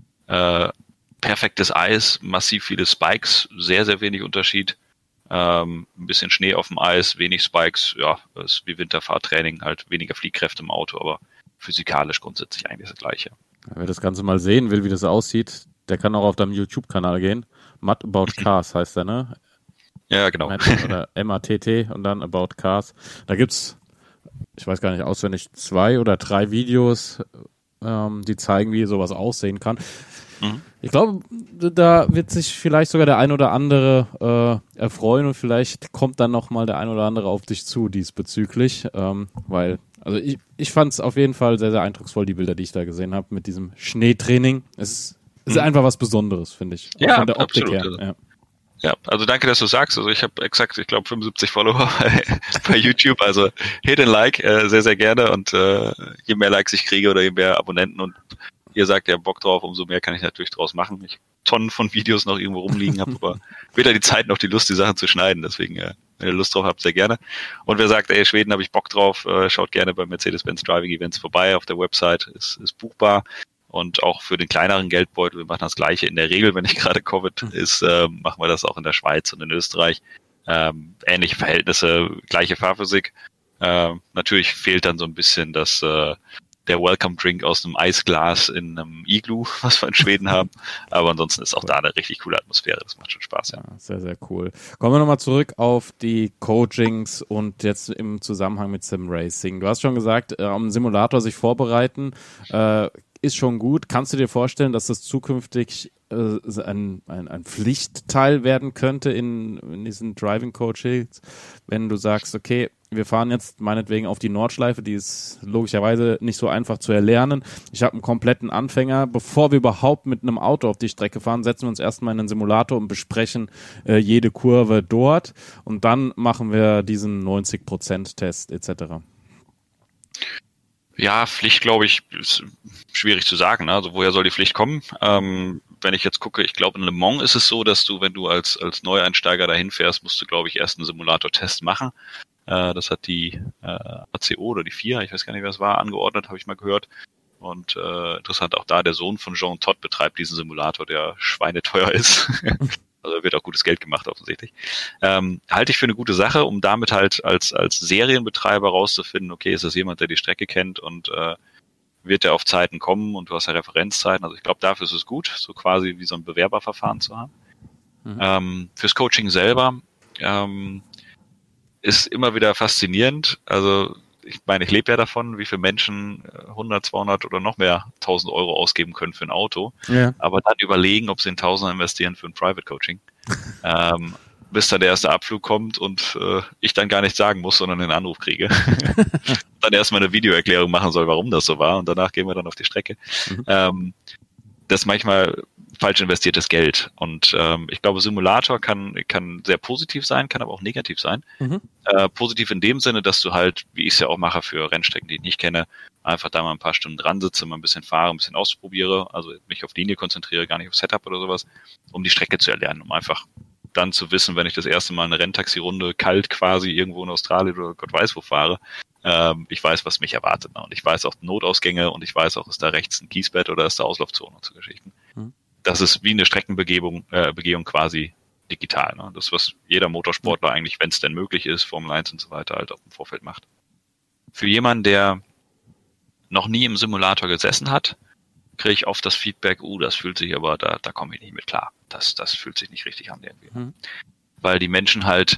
Äh, perfektes Eis, massiv viele Spikes, sehr, sehr wenig Unterschied. Ähm, ein bisschen Schnee auf dem Eis, wenig Spikes, ja, das ist wie Winterfahrtraining, halt weniger Fliehkräfte im Auto, aber physikalisch grundsätzlich eigentlich das Gleiche. Wer das Ganze mal sehen will, wie das aussieht, der kann auch auf deinem YouTube-Kanal gehen. Mad About Cars heißt der, ne? Ja, genau. Oder M A T T und dann About Cars. Da gibt's, ich weiß gar nicht auswendig, zwei oder drei Videos, ähm, die zeigen, wie sowas aussehen kann. Mhm. Ich glaube, da wird sich vielleicht sogar der ein oder andere äh, erfreuen und vielleicht kommt dann nochmal der ein oder andere auf dich zu diesbezüglich, ähm, weil, also ich, ich fand es auf jeden Fall sehr, sehr eindrucksvoll, die Bilder, die ich da gesehen habe mit diesem Schneetraining. Es ist, es ist mhm. einfach was Besonderes, finde ich. Auch ja, von der Optik absolut. her. Ja. Ja, also danke, dass du sagst. Also ich habe exakt, ich glaube, fünfundsiebzig Follower bei, bei YouTube. Also hit and like, äh, sehr, sehr gerne. Und äh, je mehr Likes ich kriege oder je mehr Abonnenten und ihr sagt ja Bock drauf, umso mehr kann ich natürlich draus machen. Ich Tonnen von Videos noch irgendwo rumliegen habe, aber weder die Zeit noch die Lust, die Sachen zu schneiden. Deswegen, äh, wenn ihr Lust drauf habt, sehr gerne. Und wer sagt, ey, Schweden habe ich Bock drauf, äh, schaut gerne bei Mercedes-Benz Driving Events vorbei. Auf der Website ist, ist buchbar. Und auch für den kleineren Geldbeutel, wir machen das Gleiche. In der Regel, wenn nicht gerade Covid ist, äh, machen wir das auch in der Schweiz und in Österreich. Ähm, ähnliche Verhältnisse, gleiche Fahrphysik. Äh, natürlich fehlt dann so ein bisschen das äh, der Welcome Drink aus einem Eisglas in einem Igloo, was wir in Schweden haben. Aber ansonsten ist auch da eine richtig coole Atmosphäre. Das macht schon Spaß, ja. Ja, sehr, sehr cool. Kommen wir nochmal zurück auf die Coachings und jetzt im Zusammenhang mit Sim Racing. Du hast schon gesagt, äh, am Simulator sich vorbereiten, äh, ist schon gut. Kannst du dir vorstellen, dass das zukünftig äh, ein, ein, ein Pflichtteil werden könnte in, in diesen Driving Coachings, wenn du sagst, okay, wir fahren jetzt meinetwegen auf die Nordschleife, die ist logischerweise nicht so einfach zu erlernen. Ich habe einen kompletten Anfänger. Bevor wir überhaupt mit einem Auto auf die Strecke fahren, setzen wir uns erstmal in einen Simulator und besprechen äh, jede Kurve dort und dann machen wir diesen neunzig Prozent Test et cetera. Ja, Pflicht, glaube ich, ist schwierig zu sagen. Ne? Also woher soll die Pflicht kommen? Ähm, wenn ich jetzt gucke, ich glaube in Le Mans ist es so, dass du, wenn du als als Neueinsteiger dahin fährst, musst du, glaube ich, erst einen Simulator-Test machen. Äh, das hat die äh, A C O oder die F I A, ich weiß gar nicht, wer es war, angeordnet, habe ich mal gehört. Und äh, interessant auch da, der Sohn von Jean Todt betreibt diesen Simulator, der schweineteuer ist. Also wird auch gutes Geld gemacht offensichtlich. Ähm, halte ich für eine gute Sache, um damit halt als als Serienbetreiber rauszufinden, okay, ist das jemand, der die Strecke kennt und äh, wird der auf Zeiten kommen und du hast ja Referenzzeiten. Also ich glaube, dafür ist es gut, so quasi wie so ein Bewerberverfahren zu haben. Mhm. Ähm, fürs Coaching selber ähm, ist immer wieder faszinierend. Also ich meine, ich lebe ja davon, wie viele Menschen hundert, zweihundert oder noch mehr tausend Euro ausgeben können für ein Auto, ja. Aber dann überlegen, ob sie in Tausender investieren für ein Private Coaching, ähm, bis dann der erste Abflug kommt und äh, ich dann gar nichts sagen muss, sondern einen Anruf kriege. Dann erstmal eine Videoerklärung machen soll, warum das so war und danach gehen wir dann auf die Strecke. Mhm. Ähm, das ist manchmal falsch investiertes Geld und ähm, ich glaube, Simulator kann kann sehr positiv sein, kann aber auch negativ sein. Mhm. Äh, positiv in dem Sinne, dass du halt, wie ich es ja auch mache für Rennstrecken, die ich nicht kenne, einfach da mal ein paar Stunden dran sitze, mal ein bisschen fahre, ein bisschen ausprobiere, also mich auf Linie konzentriere, gar nicht auf Setup oder sowas, um die Strecke zu erlernen, um einfach dann zu wissen, wenn ich das erste Mal eine Renntaxi-Runde kalt quasi irgendwo in Australien oder Gott weiß wo fahre, ähm, ich weiß, was mich erwartet. Ne? Und ich weiß auch Notausgänge und ich weiß auch, ist da rechts ein Kiesbett oder ist da Auslaufzone und so Geschichten. Mhm. Das ist wie eine Streckenbegehung äh, Begehung quasi digital. Ne? Das, was jeder Motorsportler eigentlich, wenn es denn möglich ist, Formel eins und so weiter, halt auch im Vorfeld macht. Für jemanden, der noch nie im Simulator gesessen hat, kriege ich oft das Feedback, uh, das fühlt sich aber, da, da komme ich nicht mit klar. Das, das fühlt sich nicht richtig an irgendwie. Mhm. Weil die Menschen halt,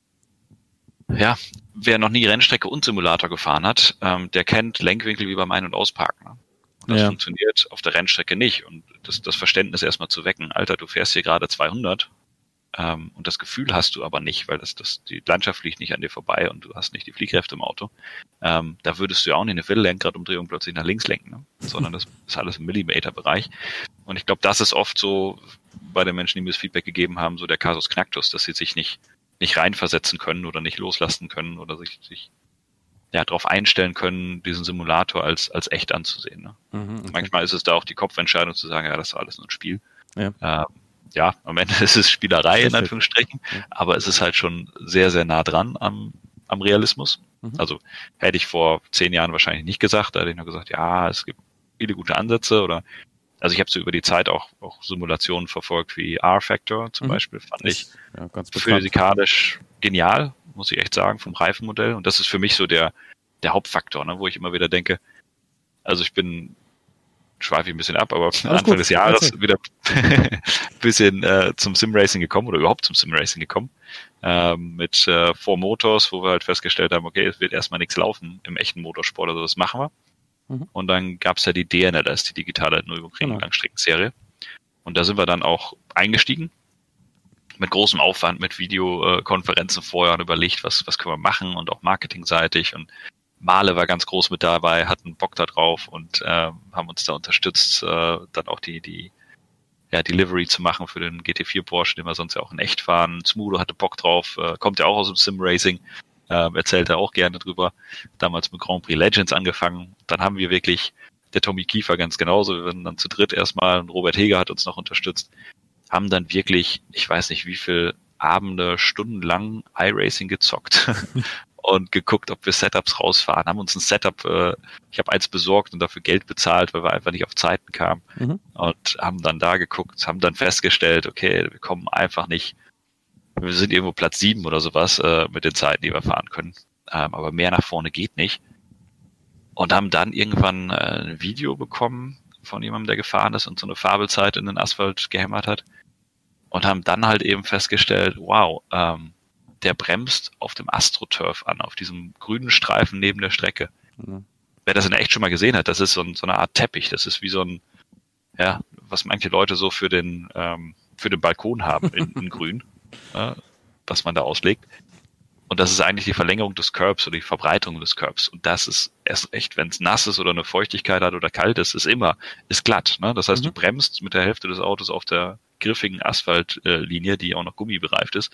ja, wer noch nie Rennstrecke und Simulator gefahren hat, ähm, der kennt Lenkwinkel wie beim Ein- und Ausparken. Ne? Und das ja. funktioniert auf der Rennstrecke nicht. Und das, das Verständnis erstmal zu wecken, Alter, du fährst hier gerade zweihundert ähm, und das Gefühl hast du aber nicht, weil das, das, die Landschaft fliegt nicht an dir vorbei und du hast nicht die Fliehkräfte im Auto. Ähm, da würdest du ja auch nicht eine Viertellenkradumdrehung plötzlich nach links lenken, ne? Sondern das ist alles im Millimeterbereich. Und ich glaube, das ist oft so bei den Menschen, die mir das Feedback gegeben haben, so der Kasus Knacktus, dass sie sich nicht nicht reinversetzen können oder nicht loslassen können oder sich, sich ja, darauf einstellen können, diesen Simulator als, als echt anzusehen. Ne? Mhm, okay. Manchmal ist es da auch die Kopfentscheidung zu sagen, ja, das ist alles nur ein Spiel. Ja, ähm, ja am Ende ist es Spielerei Richtig. in Anführungsstrichen, ja. aber es ist halt schon sehr, sehr nah dran am, am Realismus. Mhm. Also hätte ich vor zehn Jahren wahrscheinlich nicht gesagt, da hätte ich nur gesagt, ja, es gibt viele gute Ansätze oder also ich habe so über die Zeit auch, auch Simulationen verfolgt wie R-Factor zum mhm. Beispiel, fand ich ja, ganz physikalisch genial, muss ich echt sagen, vom Reifenmodell. Und das ist für mich so der, der Hauptfaktor, ne, wo ich immer wieder denke, also ich bin, schweife ich ein bisschen ab, aber Alles Anfang gut. des Jahres okay. wieder ein bisschen äh, zum Simracing gekommen oder überhaupt zum Simracing gekommen. Ähm, mit äh, Four Motors, wo wir halt festgestellt haben, okay, es wird erstmal nichts laufen im echten Motorsport, also das machen wir. Mhm. Und dann gab's ja die D N L S, die digitale Nürburgring genau. Langstreckenserie. Und da sind wir dann auch eingestiegen. Mit großem Aufwand, mit Videokonferenzen vorher und überlegt, was, was können wir machen und auch marketingseitig. Und Male war ganz groß mit dabei, hatten Bock da drauf und äh, haben uns da unterstützt, äh, dann auch die, die ja, Delivery zu machen für den G T vier Porsche, den wir sonst ja auch in echt fahren. Smudo hatte Bock drauf, äh, kommt ja auch aus dem Sim-Racing, äh, erzählt er auch gerne drüber. Damals mit Grand Prix Legends angefangen. Dann haben wir wirklich, der Tommy Kiefer ganz genauso, wir waren dann zu dritt erstmal und Robert Heger hat uns noch unterstützt, haben dann wirklich, ich weiß nicht wie viel Abende, stundenlang iRacing gezockt und geguckt, ob wir Setups rausfahren, haben uns ein Setup, äh, ich habe eins besorgt und dafür Geld bezahlt, weil wir einfach nicht auf Zeiten kamen mhm. und haben dann da geguckt, haben dann festgestellt, okay, wir kommen einfach nicht, wir sind irgendwo Platz sieben oder sowas äh, mit den Zeiten, die wir fahren können, ähm, aber mehr nach vorne geht nicht und haben dann irgendwann äh, ein Video bekommen von jemandem, der gefahren ist und so eine Fabelzeit in den Asphalt gehämmert hat und haben dann halt eben festgestellt, wow, ähm, der bremst auf dem AstroTurf an, auf diesem grünen Streifen neben der Strecke. Mhm. Wer das in echt schon mal gesehen hat, das ist so, ein, so eine Art Teppich, das ist wie so ein, ja, was manche Leute so für den ähm, für den Balkon haben in, in grün, äh, was man da auslegt. Und das ist eigentlich die Verlängerung des Curbs oder die Verbreiterung des Curbs. Und das ist erst echt, wenn es nass ist oder eine Feuchtigkeit hat oder kalt ist, ist immer, ist glatt. Ne? Das heißt, mhm. du bremst mit der Hälfte des Autos auf der griffigen Asphaltlinie, die auch noch gummibereift ist,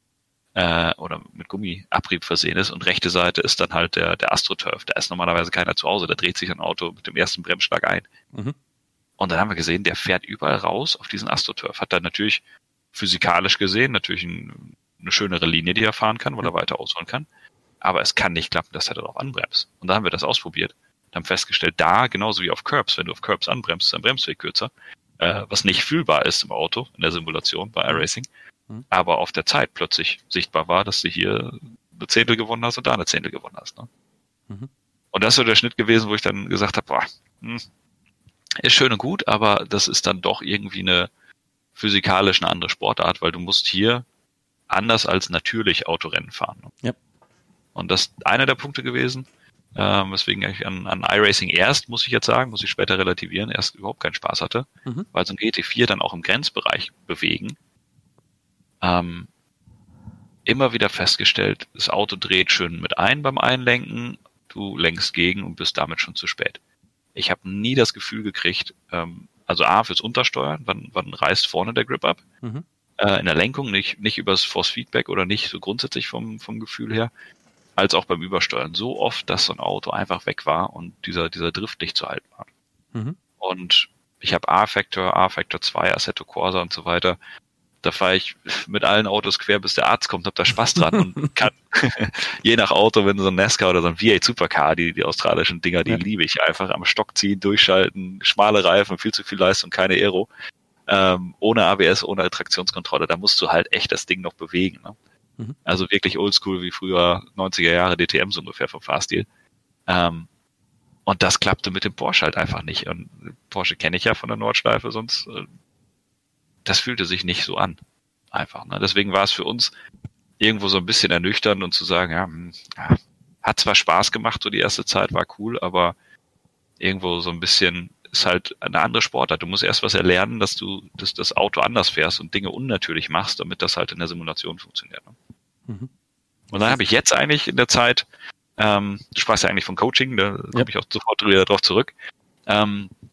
äh, oder mit Gummiabrieb versehen ist. Und rechte Seite ist dann halt der, der AstroTurf. Da ist normalerweise keiner zu Hause. Da dreht sich ein Auto mit dem ersten Bremsschlag ein. Mhm. Und dann haben wir gesehen, der fährt überall raus auf diesen AstroTurf. Hat dann natürlich physikalisch gesehen natürlich ein eine schönere Linie, die er fahren kann, weil er weiter ausholen kann. Aber es kann nicht klappen, dass er darauf anbremst. Und da haben wir das ausprobiert. Und haben festgestellt, da, genauso wie auf Curbs, wenn du auf Curbs anbremst, ist dein Bremsweg kürzer, äh, was nicht fühlbar ist im Auto, in der Simulation bei iRacing, mhm. aber auf der Zeit plötzlich sichtbar war, dass du hier eine Zehntel gewonnen hast und da eine Zehntel gewonnen hast. Ne? Mhm. Und das ist so der Schnitt gewesen, wo ich dann gesagt habe, boah, hm, ist schön und gut, aber das ist dann doch irgendwie eine physikalisch eine andere Sportart, weil du musst hier anders als natürlich Autorennen fahren. Ja. Und das ist einer der Punkte gewesen, ähm, weswegen ich an, an iRacing erst, muss ich jetzt sagen, muss ich später relativieren, erst überhaupt keinen Spaß hatte, mhm. weil so ein G T vier dann auch im Grenzbereich bewegen. Ähm, immer wieder festgestellt, das Auto dreht schön mit ein beim Einlenken, du lenkst gegen und bist damit schon zu spät. Ich habe nie das Gefühl gekriegt, ähm, also A, fürs Untersteuern, wann, wann reißt vorne der Grip ab, mhm. in der Lenkung, nicht, nicht übers Force Feedback oder nicht so grundsätzlich vom, vom Gefühl her, als auch beim Übersteuern. So oft, dass so ein Auto einfach weg war und dieser, dieser Drift nicht zu halten war. Mhm. Und ich habe A-Factor, A-Factor zwei, Assetto Corsa und so weiter. Da fahre ich mit allen Autos quer, bis der Arzt kommt, hab da Spaß dran und kann, je nach Auto, wenn so ein NASCAR oder so ein V acht Supercar, die, die australischen Dinger, die ja. liebe ich einfach, am Stock ziehen, durchschalten, schmale Reifen, viel zu viel Leistung, keine Aero. Ähm, ohne A B S, ohne Traktionskontrolle, da musst du halt echt das Ding noch bewegen. Ne? Mhm. Also wirklich oldschool wie früher neunziger Jahre D T M so ungefähr vom Fahrstil. Ähm, und das klappte mit dem Porsche halt einfach nicht. Und Porsche kenne ich ja von der Nordschleife, sonst äh, das fühlte sich nicht so an. Einfach. Ne? Deswegen war es für uns irgendwo so ein bisschen ernüchternd und zu sagen, ja, mh, ja, hat zwar Spaß gemacht, so die erste Zeit war cool, aber irgendwo so ein bisschen ist halt eine andere Sportart. Du musst erst was erlernen, dass du dass das Auto anders fährst und Dinge unnatürlich machst, damit das halt in der Simulation funktioniert. Ne? Mhm. Und dann habe ich jetzt eigentlich in der Zeit, ähm, du sprachst ja eigentlich von Coaching, da komme ja. ich auch sofort wieder drauf zurück, ähm,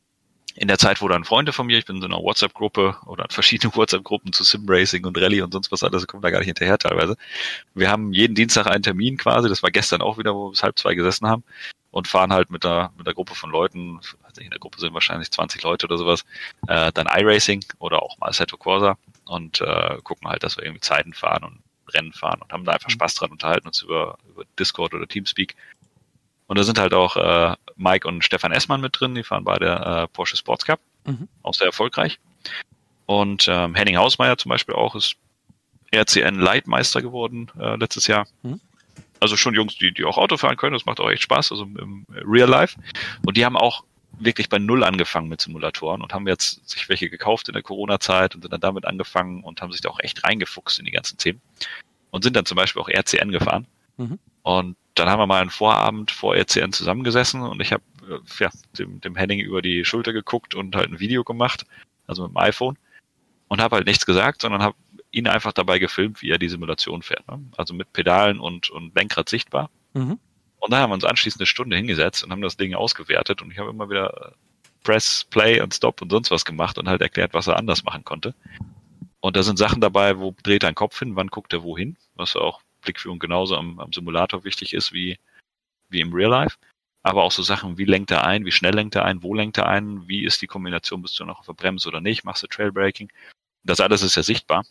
in der Zeit, wo dann Freunde von mir, ich bin in so einer WhatsApp-Gruppe oder verschiedene WhatsApp-Gruppen zu Sim-Racing und Rallye und sonst was alles, kommt da gar nicht hinterher teilweise. Wir haben jeden Dienstag einen Termin quasi, das war gestern auch wieder, wo wir bis halb zwei gesessen haben und fahren halt mit der, mit der Gruppe von Leuten, also in der Gruppe sind wahrscheinlich zwanzig Leute oder sowas, äh, dann iRacing oder auch mal Assetto Corsa und äh, gucken halt, dass wir irgendwie Zeiten fahren und Rennen fahren und haben da einfach Spaß dran, unterhalten uns über, über Discord oder Teamspeak. Und da sind halt auch äh, Mike und Stefan Essmann mit drin, die fahren beide äh, Porsche Sports Cup, mhm. auch sehr erfolgreich. Und ähm, Henning Hausmeier zum Beispiel auch ist R C N-Leitmeister geworden äh, letztes Jahr. Mhm. Also schon Jungs, die, die auch Auto fahren können, das macht auch echt Spaß, also im Real Life. Und die haben auch wirklich bei Null angefangen mit Simulatoren und haben jetzt sich welche gekauft in der Corona-Zeit und sind dann damit angefangen und haben sich da auch echt reingefuchst in die ganzen Themen. Und sind dann zum Beispiel auch R C N gefahren. Mhm. Und dann haben wir mal einen Vorabend vor R C N zusammengesessen und ich habe ja, dem, dem Henning über die Schulter geguckt und halt ein Video gemacht, also mit dem iPhone, und habe halt nichts gesagt, sondern habe ihn einfach dabei gefilmt, wie er die Simulation fährt. Ne? Also mit Pedalen und, und Lenkrad sichtbar. Mhm. Und dann haben wir uns anschließend eine Stunde hingesetzt und haben das Ding ausgewertet und ich habe immer wieder Press, Play und Stop und sonst was gemacht und halt erklärt, was er anders machen konnte. Und da sind Sachen dabei, wo dreht dein Kopf hin, wann guckt er wohin, was auch Blickführung genauso am, am Simulator wichtig ist wie, wie im Real Life. Aber auch so Sachen, wie lenkt er ein, wie schnell lenkt er ein, wo lenkt er ein, wie ist die Kombination, bist du noch auf der Bremse oder nicht, machst du Trailbraking. Das alles ist ja sichtbar.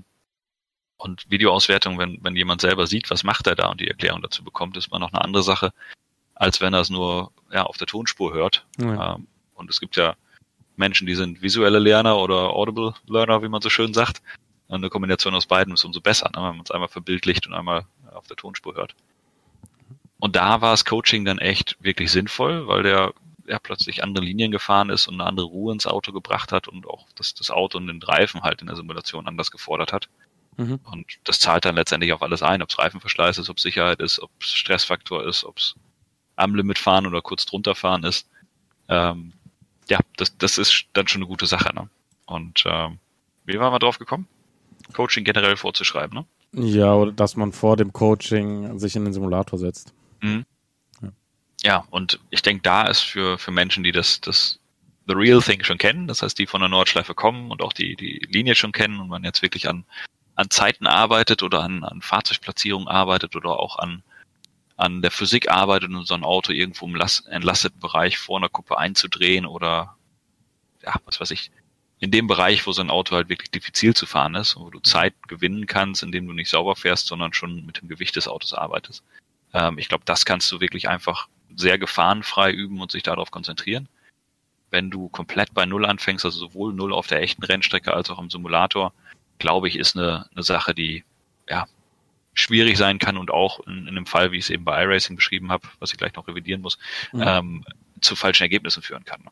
Und Videoauswertung, wenn, wenn jemand selber sieht, was macht er da und die Erklärung dazu bekommt, ist mal noch eine andere Sache, als wenn er es nur ja, auf der Tonspur hört. Ja. Und es gibt ja Menschen, die sind visuelle Lerner oder Audible Learner, wie man so schön sagt. Eine Kombination aus beiden ist umso besser, ne, wenn man es einmal verbildlicht und einmal auf der Tonspur hört. Und da war das Coaching dann echt wirklich sinnvoll, weil der ja plötzlich andere Linien gefahren ist und eine andere Ruhe ins Auto gebracht hat und auch das, das Auto und den Reifen halt in der Simulation anders gefordert hat. Mhm. Und das zahlt dann letztendlich auf alles ein, ob es Reifenverschleiß ist, ob es Sicherheit ist, ob es Stressfaktor ist, ob es am Limit fahren oder kurz drunter fahren ist. Ähm, ja, das, das ist dann schon eine gute Sache. Ne? Und ähm, wie waren wir drauf gekommen? Coaching generell vorzuschreiben, ne? Ja, oder dass man vor dem Coaching sich in den Simulator setzt. Mhm. Ja. ja, und ich denke, da ist für, für Menschen, die das, das The Real Thing schon kennen, das heißt, die von der Nordschleife kommen und auch die, die Linie schon kennen und man jetzt wirklich an, an Zeiten arbeitet oder an, an Fahrzeugplatzierung arbeitet oder auch an, an der Physik arbeitet und so ein Auto irgendwo im entlasteten Bereich vor einer Kuppe einzudrehen oder, ja, was weiß ich, in dem Bereich, wo so ein Auto halt wirklich diffizil zu fahren ist, wo du Zeit gewinnen kannst, indem du nicht sauber fährst, sondern schon mit dem Gewicht des Autos arbeitest. Ähm, ich glaube, das kannst du wirklich einfach sehr gefahrenfrei üben und sich darauf konzentrieren. Wenn du komplett bei Null anfängst, also sowohl Null auf der echten Rennstrecke als auch im Simulator, glaube ich, ist eine, eine Sache, die ja schwierig sein kann und auch in, in einem Fall, wie ich es eben bei iRacing beschrieben habe, was ich gleich noch revidieren muss, mhm. ähm, zu falschen Ergebnissen führen kann.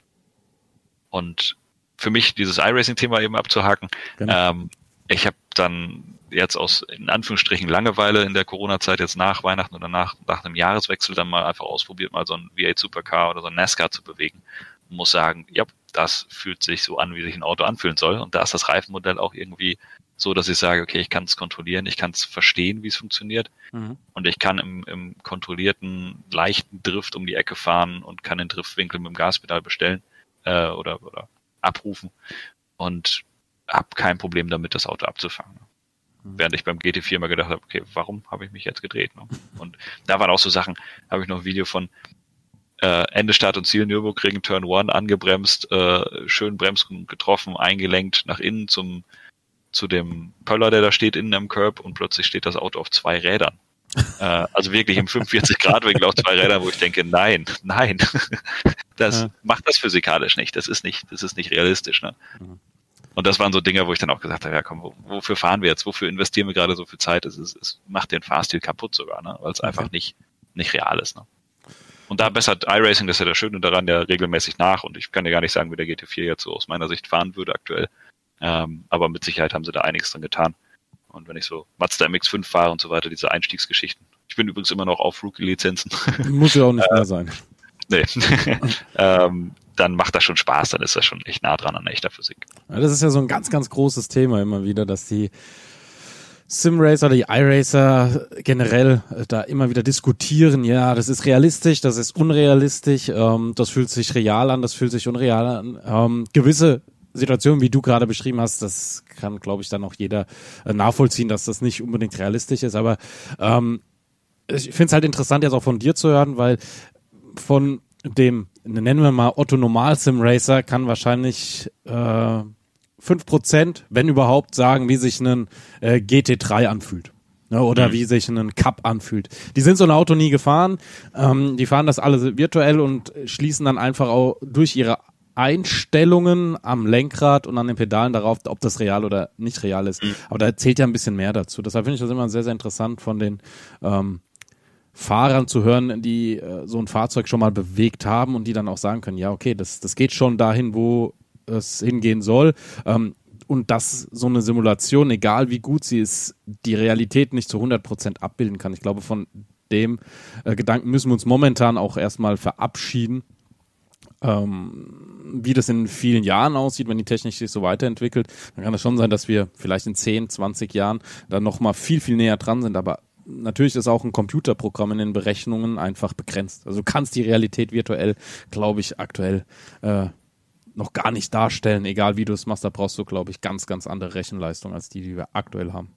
Und für mich dieses iRacing-Thema eben abzuhaken. Genau. Ähm, ich habe dann jetzt aus, in Anführungsstrichen, Langeweile in der Corona-Zeit jetzt nach Weihnachten oder nach, nach einem Jahreswechsel dann mal einfach ausprobiert, mal so ein V acht Supercar oder so ein NASCAR zu bewegen. Und muss sagen, ja, das fühlt sich so an, wie sich ein Auto anfühlen soll. Und da ist das Reifenmodell auch irgendwie so, dass ich sage, okay, ich kann es kontrollieren, ich kann es verstehen, wie es funktioniert. Mhm. Und ich kann im, im kontrollierten, leichten Drift um die Ecke fahren und kann den Driftwinkel mit dem Gaspedal bestellen äh, oder, oder abrufen und habe kein Problem damit, das Auto abzufangen. Mhm. Während ich beim G T vier mal gedacht habe, okay, warum habe ich mich jetzt gedreht? Ne? Und da waren auch so Sachen, habe ich noch ein Video von äh, Ende Start und Ziel Nürburgring, Turn One, angebremst, äh, schön Bremsen getroffen, eingelenkt nach innen zum zu dem Pöller, der da steht innen am Curb und plötzlich steht das Auto auf zwei Rädern. äh, also wirklich im fünfundvierzig Grad Winkel auf zwei Rädern, wo ich denke, nein, nein, das ja. macht das physikalisch nicht, das ist nicht, das ist nicht realistisch. Ne? Mhm. Und das waren so Dinge, wo ich dann auch gesagt habe, ja komm, wo, wofür fahren wir jetzt, wofür investieren wir gerade so viel Zeit, es, ist, es macht den Fahrstil kaputt sogar, ne? Weil es okay. einfach nicht, nicht real ist. Ne? Und da bessert iRacing, das ist ja das Schöne daran, ja regelmäßig nach und ich kann dir gar nicht sagen, wie der G T vier jetzt so aus meiner Sicht fahren würde aktuell, ähm, aber mit Sicherheit haben sie da einiges dran getan. Und wenn ich so Mazda M X fünf fahre und so weiter, diese Einstiegsgeschichten. Ich bin übrigens immer noch auf Rookie-Lizenzen. Muss ja auch nicht mehr sein. Nee. ähm, dann macht das schon Spaß, dann ist das schon echt nah dran an echter Physik. Ja, das ist ja so ein ganz, ganz großes Thema immer wieder, dass die Simracer, die iRacer generell äh, da immer wieder diskutieren, ja, das ist realistisch, das ist unrealistisch, ähm, das fühlt sich real an, das fühlt sich unreal an. Ähm, gewisse Situationen, wie du gerade beschrieben hast, das kann, glaube ich, dann auch jeder äh, nachvollziehen, dass das nicht unbedingt realistisch ist, aber ähm, ich finde es halt interessant, jetzt auch von dir zu hören, weil von dem, nennen wir mal Otto Normal Simracer, kann wahrscheinlich äh, fünf Prozent, wenn überhaupt, sagen, wie sich ein äh, G T drei anfühlt. Ne, oder mhm. wie sich ein Cup anfühlt. Die sind so ein Auto nie gefahren. Ähm, die fahren das alle virtuell und schließen dann einfach auch durch ihre Einstellungen am Lenkrad und an den Pedalen darauf, ob das real oder nicht real ist. Mhm. Aber da erzählt ja ein bisschen mehr dazu. Deshalb finde ich das immer sehr, sehr interessant von den ähm, Fahrern zu hören, die äh, so ein Fahrzeug schon mal bewegt haben und die dann auch sagen können, ja, okay, das, das geht schon dahin, wo es hingehen soll. Ähm, und dass so eine Simulation, egal wie gut sie ist, die Realität nicht zu hundert Prozent abbilden kann. Ich glaube, von dem äh, Gedanken müssen wir uns momentan auch erstmal verabschieden. Ähm, wie das in vielen Jahren aussieht, wenn die Technik sich so weiterentwickelt, dann kann es schon sein, dass wir vielleicht in zehn, zwanzig Jahren dann nochmal viel, viel näher dran sind. Aber natürlich ist auch ein Computerprogramm in den Berechnungen einfach begrenzt. Also du kannst die Realität virtuell, glaube ich, aktuell äh, noch gar nicht darstellen. Egal wie du es machst, da brauchst du, glaube ich, ganz, ganz andere Rechenleistung als die, die wir aktuell haben.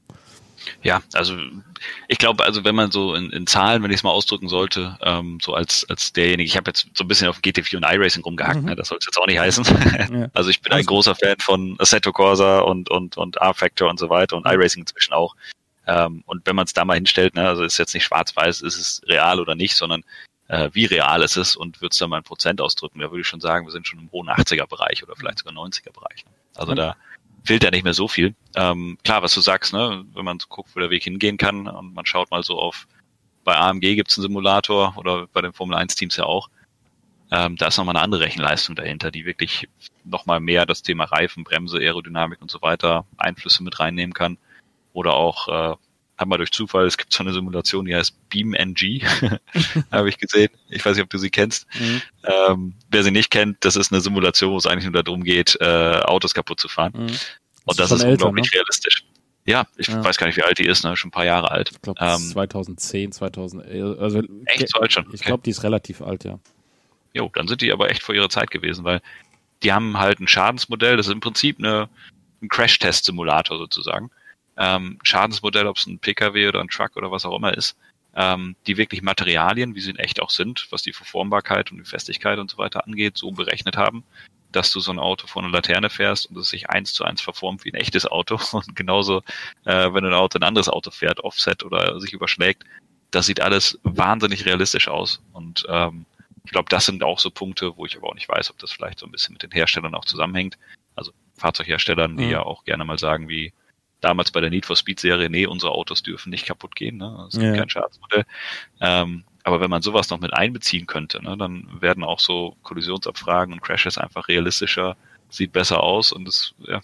Ja, also ich glaube, also wenn man so in, in Zahlen, wenn ich es mal ausdrücken sollte, ähm, so als als derjenige, ich habe jetzt so ein bisschen auf G T vier und iRacing rumgehackt, mhm. ne, das soll es jetzt auch nicht heißen. Ja. Also ich bin ein großer Fan von Assetto Corsa und und und R-Factor und so weiter und iRacing inzwischen auch. Ähm, und wenn man es da mal hinstellt, ne, also ist jetzt nicht schwarz-weiß, ist es real oder nicht, sondern äh, wie real ist es und wird es dann mal in Prozent ausdrücken, da würde ich schon sagen, wir sind schon im hohen achtziger-Bereich oder vielleicht sogar neunziger-Bereich. Ne? Also mhm. da fehlt ja nicht mehr so viel. Ähm, klar, was du sagst, ne, wenn man so guckt, wo der Weg hingehen kann und man schaut mal so auf, bei A M G gibt es einen Simulator oder bei den Formel eins Teams ja auch, ähm, da ist nochmal eine andere Rechenleistung dahinter, die wirklich nochmal mehr das Thema Reifen, Bremse, Aerodynamik und so weiter Einflüsse mit reinnehmen kann. Oder auch, äh, haben wir durch Zufall, es gibt so eine Simulation, die heißt BeamNG, habe ich gesehen. Ich weiß nicht, ob du sie kennst. Mhm. Ähm, wer sie nicht kennt, das ist eine Simulation, wo es eigentlich nur darum geht, äh, Autos kaputt zu fahren. Mhm. Und das, das ist älter, unglaublich ne? realistisch. Ja, ich ja. weiß gar nicht, wie alt die ist, ne? Schon ein paar Jahre alt. Ich glaube ähm, zweitausendzehn, zweitauself, also echt so alt schon? Ich glaube, die ist relativ alt, ja. Jo, dann sind die aber echt vor ihrer Zeit gewesen, weil die haben halt ein Schadensmodell, das ist im Prinzip eine, ein Crash-Test-Simulator sozusagen. Ähm, Schadensmodell, ob es ein P K W oder ein Truck oder was auch immer ist, ähm, die wirklich Materialien, wie sie in echt auch sind, was die Verformbarkeit und die Festigkeit und so weiter angeht, so berechnet haben, dass du so ein Auto vor einer Laterne fährst und es sich eins zu eins verformt wie ein echtes Auto und genauso, äh, wenn ein Auto ein anderes Auto fährt, Offset oder sich überschlägt, das sieht alles wahnsinnig realistisch aus und ähm, ich glaube, das sind auch so Punkte, wo ich aber auch nicht weiß, ob das vielleicht so ein bisschen mit den Herstellern auch zusammenhängt, also Fahrzeugherstellern, die mhm. ja auch gerne mal sagen, wie damals bei der Need for Speed Serie, nee, unsere Autos dürfen nicht kaputt gehen, ne? Es gibt ja. kein Schadensmodell. Ähm, aber wenn man sowas noch mit einbeziehen könnte, ne, dann werden auch so Kollisionsabfragen und Crashes einfach realistischer, sieht besser aus und es, ja,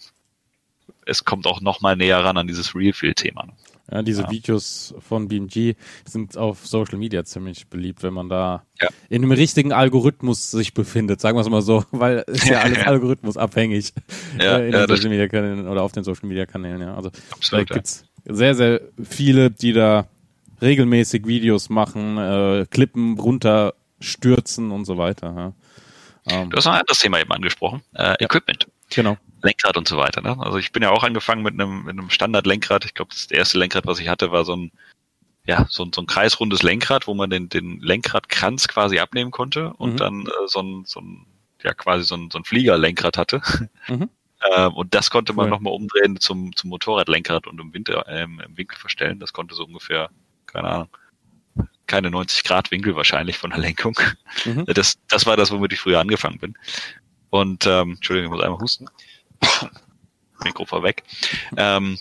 es kommt auch noch mal näher ran an dieses Real-Feel-Thema. Ne? Ja, diese ja. Videos von B M G sind auf Social Media ziemlich beliebt, wenn man da ja. in dem richtigen Algorithmus sich befindet, sagen wir es mal so, weil es ja alles algorithmusabhängig ja, in ja, den Social Media Kanälen oder auf den Social Media Kanälen, ja. Also absolut, da gibt's ja. sehr, sehr viele, die da regelmäßig Videos machen, äh, Klippen runterstürzen und so weiter. Ja. Ähm, du hast noch ein anderes Thema eben angesprochen, äh, ja. Equipment. Genau. Lenkrad und so weiter. Ne? Also ich bin ja auch angefangen mit einem, mit einem Standard-Lenkrad. Ich glaube, das erste Lenkrad, was ich hatte, war so ein, ja, so ein, so ein kreisrundes Lenkrad, wo man den, den Lenkradkranz quasi abnehmen konnte und mhm. dann äh, so ein, so ein, ja, quasi so ein, so ein Fliegerlenkrad hatte. Mhm. ähm, und das konnte man cool. nochmal umdrehen zum, zum Motorradlenkrad und im Winter, ähm, im Winkel verstellen. Das konnte so ungefähr, keine Ahnung, keine neunzig Grad Winkel wahrscheinlich von der Lenkung. Mhm. Das, das war das, womit ich früher angefangen bin. Und, ähm, Entschuldigung, ich muss einmal husten. Mikro vorweg. Ähm,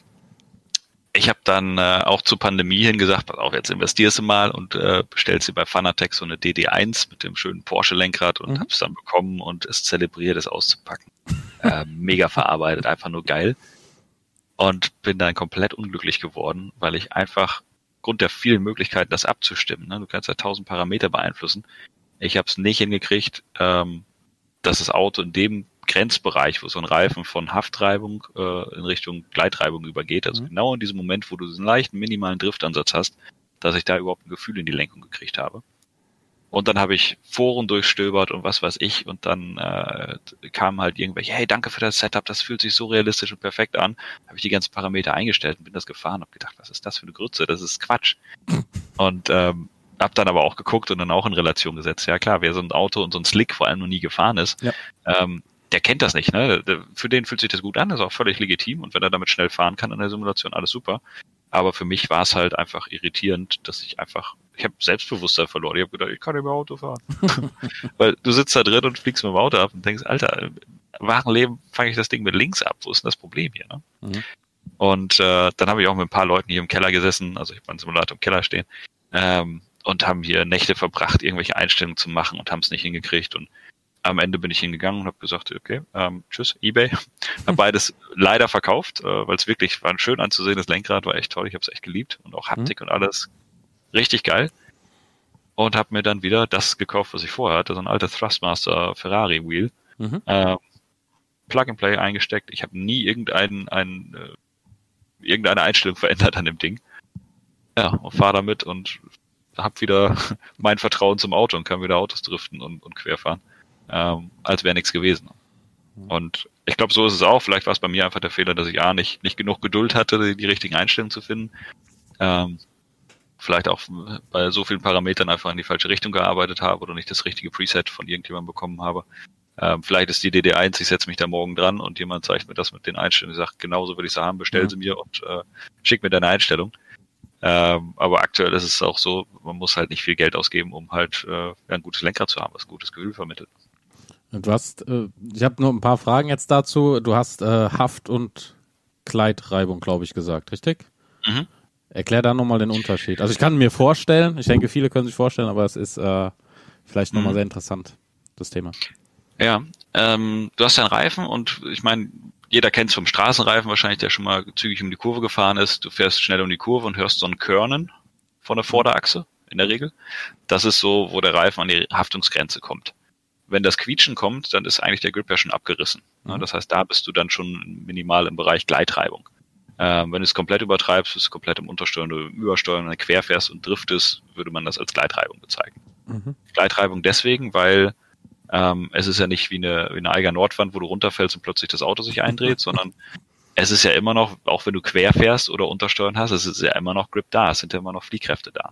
ich habe dann äh, auch zur Pandemie hin gesagt, pass auf, jetzt investierst du mal und äh, bestellst dir bei Fanatec so eine D D eins mit dem schönen Porsche-Lenkrad und mhm. hab's dann bekommen und es zelebriert, es auszupacken. äh, mega verarbeitet, einfach nur geil. Und bin dann komplett unglücklich geworden, weil ich einfach aufgrund der vielen Möglichkeiten, das abzustimmen, ne, du kannst ja tausend Parameter beeinflussen. Ich habe es nicht hingekriegt, ähm, dass das Auto in dem Grenzbereich, wo so ein Reifen von Haftreibung äh, in Richtung Gleitreibung übergeht. Also mhm. genau in diesem Moment, wo du diesen leichten, minimalen Driftansatz hast, dass ich da überhaupt ein Gefühl in die Lenkung gekriegt habe. Und dann habe ich Foren durchstöbert und was weiß ich und dann äh, kamen halt irgendwelche, hey, danke für das Setup, das fühlt sich so realistisch und perfekt an. Habe ich die ganzen Parameter eingestellt und bin das gefahren, habe gedacht, was ist das für eine Grütze, das ist Quatsch. Und ähm, habe dann aber auch geguckt und dann auch in Relation gesetzt. Ja klar, wer so ein Auto und so ein Slick vor allem noch nie gefahren ist, ja. ähm, der kennt das nicht. Ne? Für den fühlt sich das gut an, ist auch völlig legitim und wenn er damit schnell fahren kann in der Simulation, alles super. Aber für mich war es halt einfach irritierend, dass ich einfach, ich habe Selbstbewusstsein verloren. Ich habe gedacht, ich kann nicht mehr Auto fahren. Weil du sitzt da drin und fliegst mit dem Auto ab und denkst, Alter, im wahren Leben fange ich das Ding mit links ab. Wo ist denn das Problem hier? Ne? Mhm. Und äh, dann habe ich auch mit ein paar Leuten hier im Keller gesessen, also ich habe meinen Simulator im Keller stehen, ähm, und haben hier Nächte verbracht, irgendwelche Einstellungen zu machen und haben es nicht hingekriegt. Und am Ende bin ich hingegangen und habe gesagt, okay, ähm, tschüss, eBay. Habe beides leider verkauft, äh, weil es wirklich war schön anzusehen. Das Lenkrad war echt toll, ich habe es echt geliebt und auch Haptik mhm. und alles richtig geil. Und habe mir dann wieder das gekauft, was ich vorher hatte, so ein alter Thrustmaster Ferrari Wheel. Mhm. Äh, Plug and Play eingesteckt. Ich habe nie irgendeinen, ein, äh, irgendeine Einstellung verändert an dem Ding. Ja, und fahre damit und habe wieder mein Vertrauen zum Auto und kann wieder Autos driften und, und querfahren. Ähm, als wäre nichts gewesen. Und ich glaube, so ist es auch. Vielleicht war es bei mir einfach der Fehler, dass ich A, nicht, nicht genug Geduld hatte, die, die richtigen Einstellungen zu finden. Ähm, vielleicht auch bei so vielen Parametern einfach in die falsche Richtung gearbeitet habe oder nicht das richtige Preset von irgendjemandem bekommen habe. Ähm, vielleicht ist die D D eins, ich setze mich da morgen dran und jemand zeigt mir das mit den Einstellungen und sagt, genauso will ich es haben, bestell sie mhm. mir und äh, schick mir deine Einstellung. Ähm, aber aktuell ist es auch so, man muss halt nicht viel Geld ausgeben, um halt äh, ein gutes Lenkrad zu haben, was ein gutes Gefühl vermittelt. Du hast, äh, ich habe nur ein paar Fragen jetzt dazu. Du hast äh, Haft- und Gleitreibung, glaube ich, gesagt, richtig? Mhm. Erklär da nochmal den Unterschied. Also ich kann mir vorstellen, ich denke, viele können sich vorstellen, aber es ist äh, vielleicht nochmal mhm. sehr interessant, das Thema. Ja, ähm, du hast ja einen Reifen und ich meine, jeder kennt es vom Straßenreifen wahrscheinlich, der schon mal zügig um die Kurve gefahren ist. Du fährst schnell um die Kurve und hörst so ein Körnen von der Vorderachse in der Regel. Das ist so, wo der Reifen an die Haftungsgrenze kommt. Wenn das Quietschen kommt, dann ist eigentlich der Grip ja schon abgerissen. Mhm. Das heißt, da bist du dann schon minimal im Bereich Gleitreibung. Ähm, wenn du es komplett übertreibst, bist du komplett im Untersteuern oder im Übersteuern, wenn du quer fährst und driftest, würde man das als Gleitreibung bezeichnen. Mhm. Gleitreibung deswegen, weil ähm, es ist ja nicht wie eine, wie eine Eiger Nordwand, wo du runterfällst und plötzlich das Auto sich eindreht, sondern es ist ja immer noch, auch wenn du quer fährst oder Untersteuern hast, es ist ja immer noch Grip da, es sind ja immer noch Fliehkräfte da.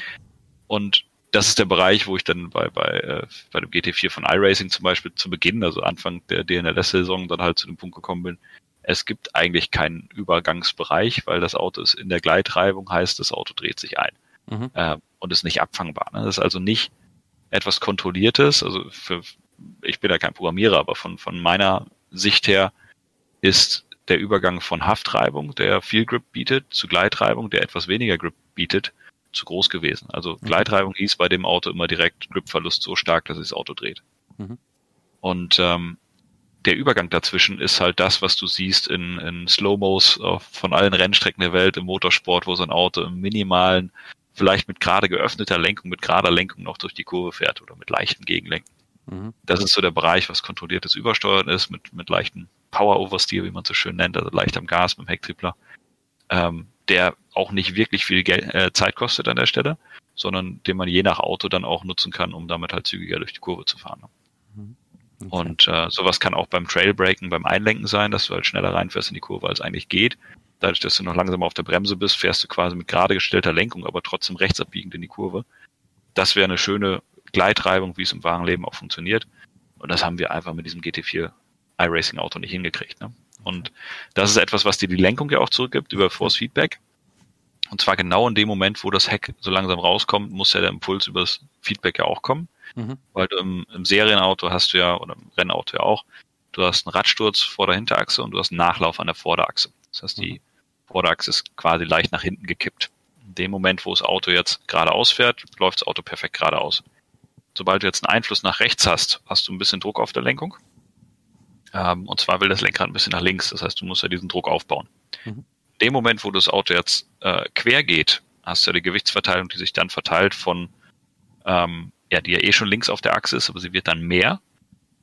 Und das ist der Bereich, wo ich dann bei bei äh, bei dem G T vier von iRacing zum Beispiel zu Beginn, also Anfang der D N L S-Saison, dann halt zu dem Punkt gekommen bin, es gibt eigentlich keinen Übergangsbereich, weil das Auto ist in der Gleitreibung, heißt, das Auto dreht sich ein mhm. äh, und ist nicht abfangbar. Ne? Das ist also nicht etwas Kontrolliertes, also für, ich bin ja kein Programmierer, aber von von meiner Sicht her ist der Übergang von Haftreibung, der viel Grip bietet, zu Gleitreibung, der etwas weniger Grip bietet, zu groß gewesen. Also mhm. Gleitreibung hieß bei dem Auto immer direkt Gripverlust so stark, dass sich das Auto dreht. Mhm. Und ähm, der Übergang dazwischen ist halt das, was du siehst in, in Slow-Mos von allen Rennstrecken der Welt im Motorsport, wo so ein Auto im minimalen, vielleicht mit gerade geöffneter Lenkung, mit gerader Lenkung noch durch die Kurve fährt oder mit leichten Gegenlenken. Mhm. Das ist so der Bereich, was kontrolliertes Übersteuern ist, mit, mit leichten Power-Oversteer, wie man so schön nennt, also leicht am Gas mit dem Hecktripler. Ähm, der auch nicht wirklich viel Geld, äh, Zeit kostet an der Stelle, sondern den man je nach Auto dann auch nutzen kann, um damit halt zügiger durch die Kurve zu fahren. Okay. Und äh, sowas kann auch beim Trailbraken, beim Einlenken sein, dass du halt schneller reinfährst in die Kurve, als eigentlich geht. Dadurch, dass du noch langsamer auf der Bremse bist, fährst du quasi mit gerade gestellter Lenkung, aber trotzdem rechts abbiegend in die Kurve. Das wäre eine schöne Gleitreibung, wie es im wahren Leben auch funktioniert. Und das haben wir einfach mit diesem G T vier iRacing Auto nicht hingekriegt. Ne? Und das ist etwas, was dir die Lenkung ja auch zurückgibt über Force Feedback. Und zwar genau in dem Moment, wo das Heck so langsam rauskommt, muss ja der Impuls über das Feedback ja auch kommen. Mhm. Weil du im, im Serienauto hast du ja, oder im Rennauto ja auch, du hast einen Radsturz vor der Hinterachse und du hast einen Nachlauf an der Vorderachse. Das heißt, die Vorderachse ist quasi leicht nach hinten gekippt. In dem Moment, wo das Auto jetzt geradeaus fährt, läuft das Auto perfekt geradeaus. Sobald du jetzt einen Einfluss nach rechts hast, hast du ein bisschen Druck auf der Lenkung. Ähm, und zwar will das Lenkrad ein bisschen nach links. Das heißt, du musst ja diesen Druck aufbauen. Mhm. In dem Moment, wo das Auto jetzt äh, quer geht, hast du ja die Gewichtsverteilung, die sich dann verteilt von, ähm, ja, die ja eh schon links auf der Achse ist, aber sie wird dann mehr.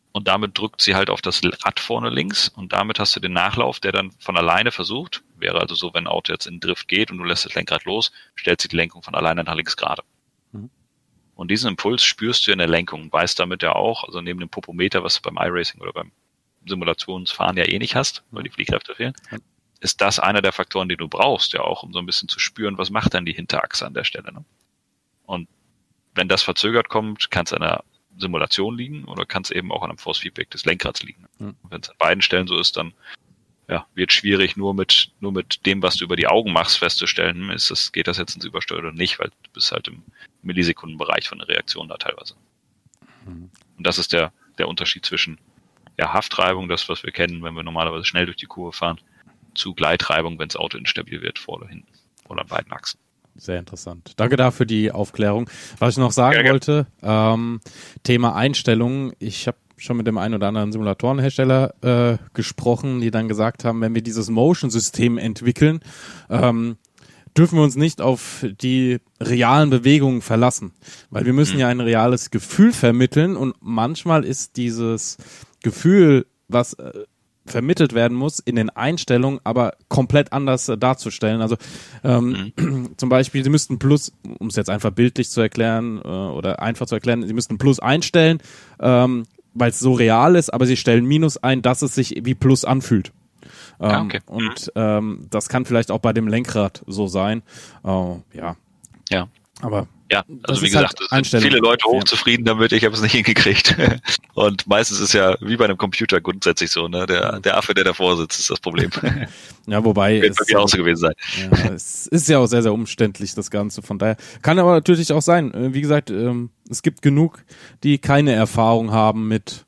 und damit drückt sie halt auf das Rad vorne links und damit hast du den Nachlauf, der dann von alleine versucht. Wäre also so, wenn ein Auto jetzt in den Drift geht und du lässt das Lenkrad los, stellt sie die Lenkung von alleine nach links gerade. Mhm. Und diesen Impuls spürst du in der Lenkung, weißt damit ja auch, also neben dem Popometer, was du beim iRacing oder beim Simulationsfahren ja eh nicht hast, weil die Fliehkräfte fehlen, ist das einer der Faktoren, die du brauchst, ja auch, um so ein bisschen zu spüren, was macht dann die Hinterachse an der Stelle. Ne? Und wenn das verzögert kommt, kann es an einer Simulation liegen oder kann es eben auch an einem Force Feedback des Lenkrads liegen. Mhm. Wenn es an beiden Stellen so ist, dann ja, wird schwierig, nur mit nur mit dem, was du über die Augen machst, festzustellen, ist das, geht das jetzt ins Übersteuer oder nicht, weil du bist halt im Millisekundenbereich von der Reaktion da teilweise. Mhm. Und das ist der der Unterschied zwischen ja, Haftreibung, das, was wir kennen, wenn wir normalerweise schnell durch die Kurve fahren, zu Gleitreibung, wenn das Auto instabil wird, vor oder hinten oder an beiden Achsen. Sehr interessant. Danke dafür die Aufklärung. Was ich noch sagen ja, wollte, ähm, Thema Einstellungen. Ich habe schon mit dem einen oder anderen Simulatorenhersteller äh, gesprochen, die dann gesagt haben, wenn wir dieses Motion-System entwickeln, ähm, dürfen wir uns nicht auf die realen Bewegungen verlassen, weil wir müssen mhm. ja ein reales Gefühl vermitteln und manchmal ist dieses Gefühl, was äh, vermittelt werden muss, in den Einstellungen aber komplett anders äh, darzustellen. Also ähm, mhm. zum Beispiel, Sie müssten Plus, um es jetzt einfach bildlich zu erklären äh, oder einfach zu erklären, Sie müssten Plus einstellen, ähm, weil es so real ist, aber Sie stellen Minus ein, dass es sich wie Plus anfühlt. Ähm, ja, okay. Und ähm, das kann vielleicht auch bei dem Lenkrad so sein. Äh, ja. Ja. Aber ja, also wie gesagt, halt es sind viele Leute hochzufrieden damit, ich habe es nicht hingekriegt. Und meistens ist ja wie bei einem Computer grundsätzlich so, ne? Der, der Affe, der davor sitzt, ist das Problem. Ja, wobei wird bei mir auch so gewesen sein. Ja, es ist ja auch sehr, sehr umständlich, das Ganze. Von daher kann aber natürlich auch sein. Wie gesagt, ähm, es gibt genug, die keine Erfahrung haben mit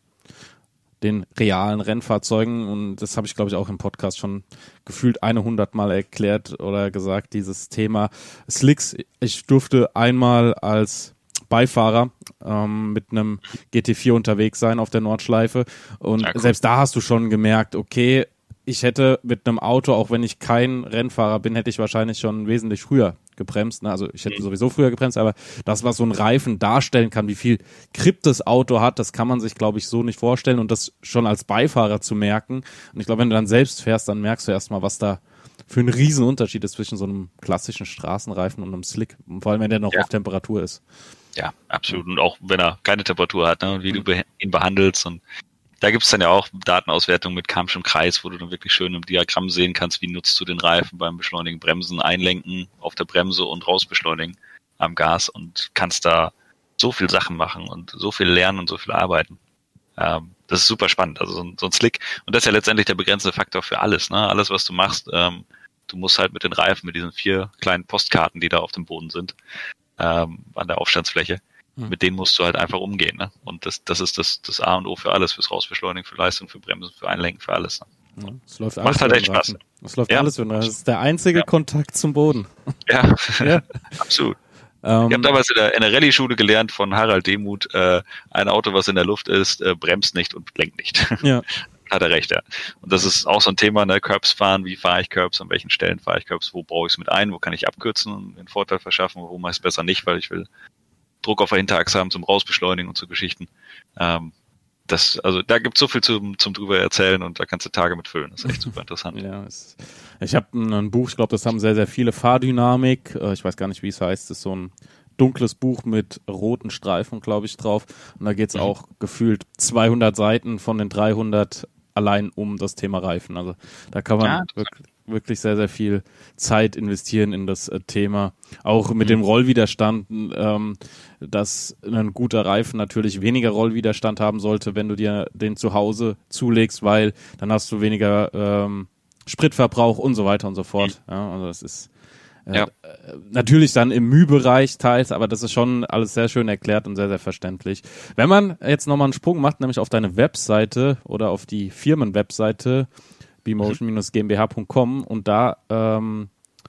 den realen Rennfahrzeugen und das habe ich, glaube ich, auch im Podcast schon gefühlt eine hundert Mal erklärt oder gesagt, dieses Thema Slicks. Ich durfte einmal als Beifahrer ähm, mit einem G T vier unterwegs sein auf der Nordschleife und ja, cool. Selbst da hast du schon gemerkt, okay, ich hätte mit einem Auto, auch wenn ich kein Rennfahrer bin, hätte ich wahrscheinlich schon wesentlich früher gebremst. Ne? Also ich hätte mhm. sowieso früher gebremst, aber das, was so ein Reifen darstellen kann, wie viel Grip das Auto hat, das kann man sich, glaube ich, so nicht vorstellen und das schon als Beifahrer zu merken. Und ich glaube, wenn du dann selbst fährst, dann merkst du erstmal, was da für ein Riesenunterschied ist zwischen so einem klassischen Straßenreifen und einem Slick. Und vor allem, wenn der noch ja. auf Temperatur ist. Ja, absolut. Und auch wenn er keine Temperatur hat, ne? Und wie mhm. du ihn behandelst und da gibt es dann ja auch Datenauswertung mit Karmschem Kreis, wo du dann wirklich schön im Diagramm sehen kannst, wie nutzt du den Reifen beim Beschleunigen, Bremsen, Einlenken auf der Bremse und rausbeschleunigen am Gas und kannst da so viel Sachen machen und so viel lernen und so viel arbeiten. Ähm, das ist super spannend, also so ein, so ein Slick. Und das ist ja letztendlich der begrenzende Faktor für alles, ne? Alles, was du machst, ähm, du musst halt mit den Reifen, mit diesen vier kleinen Postkarten, die da auf dem Boden sind, ähm, an der Aufstandsfläche, mit denen musst du halt einfach umgehen. Ne? Und das, das ist das, das A und O für alles, fürs Rausbeschleunigen, für Leistung, für Bremsen, für Einlenken, für alles. Ne? Ja, es läuft alles. Macht halt echt Spaß. Es läuft ja. alles, wenn das ist der einzige ja. Kontakt zum Boden. Ja, ja. Absolut. Ähm, ich habe damals in der, in der Rallye-Schule gelernt von Harald Demuth, äh, ein Auto, was in der Luft ist, äh, bremst nicht und lenkt nicht. Ja. Hat er recht, ja. Und das ist auch so ein Thema, ne, Curbs fahren, wie fahre ich Curbs, an welchen Stellen fahre ich Curbs, wo baue ich es mit ein, wo kann ich abkürzen und den Vorteil verschaffen, wo mache ich es besser nicht, weil ich will Druck auf der Hinterachse haben zum Rausbeschleunigen und so Geschichten. Ähm, das, also da gibt es so viel zum, zum drüber erzählen und da kannst du Tage mit füllen. Das ist echt super interessant. Ja, es, ich habe ein Buch, ich glaube, das haben sehr, sehr viele, Fahrdynamik. Ich weiß gar nicht, wie es heißt. Das ist so ein dunkles Buch mit roten Streifen, glaube ich, drauf. Und da geht es mhm. auch gefühlt zweihundert Seiten von den dreihundert allein um das Thema Reifen. Also da kann man ja, wirklich, wirklich sehr, sehr viel Zeit investieren in das äh, Thema. Auch mit mhm. dem Rollwiderstand, ähm, dass ein guter Reifen natürlich weniger Rollwiderstand haben sollte, wenn du dir den zu Hause zulegst, weil dann hast du weniger ähm, Spritverbrauch und so weiter und so fort. Mhm. Ja, also das ist äh, ja. äh, natürlich dann im Mühbereich teils, aber das ist schon alles sehr schön erklärt und sehr, sehr verständlich. Wenn man jetzt nochmal einen Sprung macht, nämlich auf deine Webseite oder auf die Firmenwebseite b motion dash g m b h punkt com und da ähm,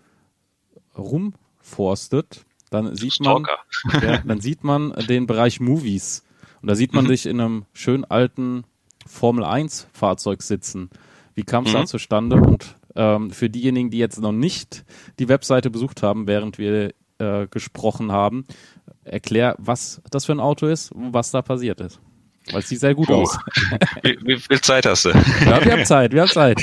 rumforstet, dann sieht man ja, dann sieht man den Bereich Movies und da sieht man mhm. dich in einem schön alten Formel eins Fahrzeug sitzen. Wie kam es mhm. da zustande? Und ähm, für diejenigen, die jetzt noch nicht die Webseite besucht haben, während wir äh, gesprochen haben, erklär, was das für ein Auto ist und was da passiert ist. Weil es sieht sehr gut Puh. aus. Wie, wie viel Zeit hast du? Ja, wir haben Zeit, wir haben Zeit.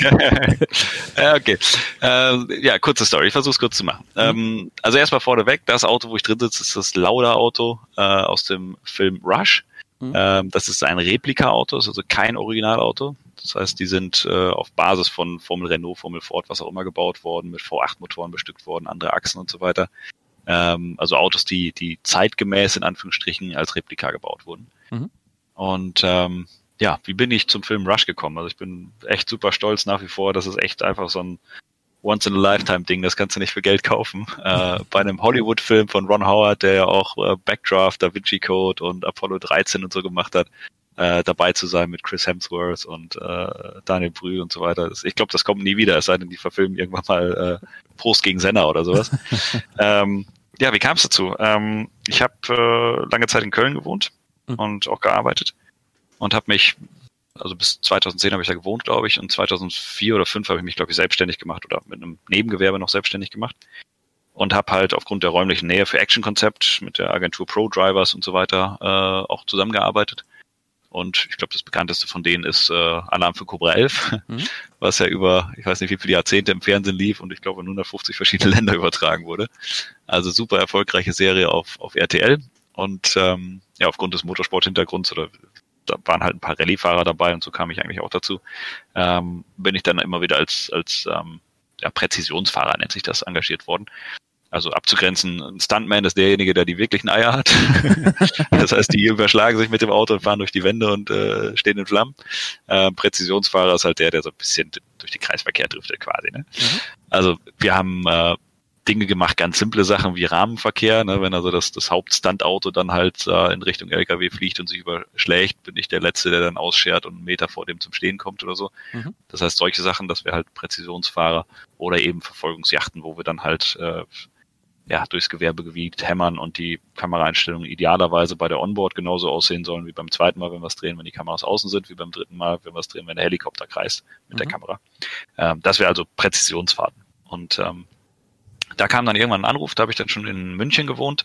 Ja, okay. Ähm, ja, kurze Story. Ich versuche es kurz zu machen. Mhm. Ähm, also erstmal vorneweg, das Auto, wo ich drin sitze, ist das Lauda-Auto äh, aus dem Film Rush. Mhm. Ähm, das ist ein Replika-Auto, ist also kein Originalauto. Das heißt, die sind äh, auf Basis von Formel Renault, Formel Ford, was auch immer gebaut worden, mit V acht Motoren bestückt worden, andere Achsen und so weiter. Ähm, also Autos, die, die zeitgemäß in Anführungsstrichen als Replika gebaut wurden. Mhm. Und ähm, ja, wie bin ich zum Film Rush gekommen? Also ich bin echt super stolz nach wie vor. Das ist echt einfach so ein Once-in-a-Lifetime-Ding. Das kannst du nicht für Geld kaufen. Äh, bei einem Hollywood-Film von Ron Howard, der ja auch äh, Backdraft, Da Vinci Code und Apollo dreizehn und so gemacht hat, äh, dabei zu sein mit Chris Hemsworth und äh, Daniel Brühl und so weiter. Das, ich glaube, das kommt nie wieder, es sei denn, die verfilmen irgendwann mal äh, Prost gegen Senna oder sowas. ähm, ja, wie kam es dazu? Ähm, ich habe äh, lange Zeit in Köln gewohnt und auch gearbeitet und habe mich, also bis zweitausendzehn habe ich da gewohnt, glaube ich, und zweitausendvier oder fünf habe ich mich, glaube ich, selbstständig gemacht oder mit einem Nebengewerbe noch selbstständig gemacht und habe halt aufgrund der räumlichen Nähe für Action Concept mit der Agentur Pro Drivers und so weiter äh, auch zusammengearbeitet. Und ich glaube, das bekannteste von denen ist äh, Alarm für Cobra elf, mhm. was ja über, ich weiß nicht wie viele Jahrzehnte im Fernsehen lief und ich glaube in hundertfünfzig verschiedene Länder übertragen wurde. Also super erfolgreiche Serie auf, auf R T L. Und ähm, ja, aufgrund des Motorsport-Hintergrunds oder da waren halt ein paar Rallye-Fahrer dabei und so kam ich eigentlich auch dazu, ähm, bin ich dann immer wieder als als ähm, ja, Präzisionsfahrer, nennt sich das, engagiert worden. Also abzugrenzen, ein Stuntman ist derjenige, der die wirklichen Eier hat. Das heißt, die überschlagen sich mit dem Auto und fahren durch die Wände und äh, stehen in Flammen. Ähm, Präzisionsfahrer ist halt der, der so ein bisschen durch den Kreisverkehr driftet quasi. Ne? Mhm. Also wir haben äh, Dinge gemacht, ganz simple Sachen wie Rahmenverkehr, ne? Wenn also das, das Hauptstuntauto dann halt äh, in Richtung L K W fliegt und sich überschlägt, bin ich der Letzte, der dann ausschert und einen Meter vor dem zum Stehen kommt oder so. Mhm. Das heißt, solche Sachen, das wäre halt Präzisionsfahrer oder eben Verfolgungsjachten, wo wir dann halt äh, ja durchs Gewerbegebiet hämmern und die Kameraeinstellungen idealerweise bei der Onboard genauso aussehen sollen wie beim zweiten Mal, wenn wir es drehen, wenn die Kameras außen sind, wie beim dritten Mal, wenn wir es drehen, wenn der Helikopter kreist mit mhm. der Kamera. Ähm, das wäre also Präzisionsfahrten. Und ähm, da kam dann irgendwann ein Anruf, da habe ich dann schon in München gewohnt,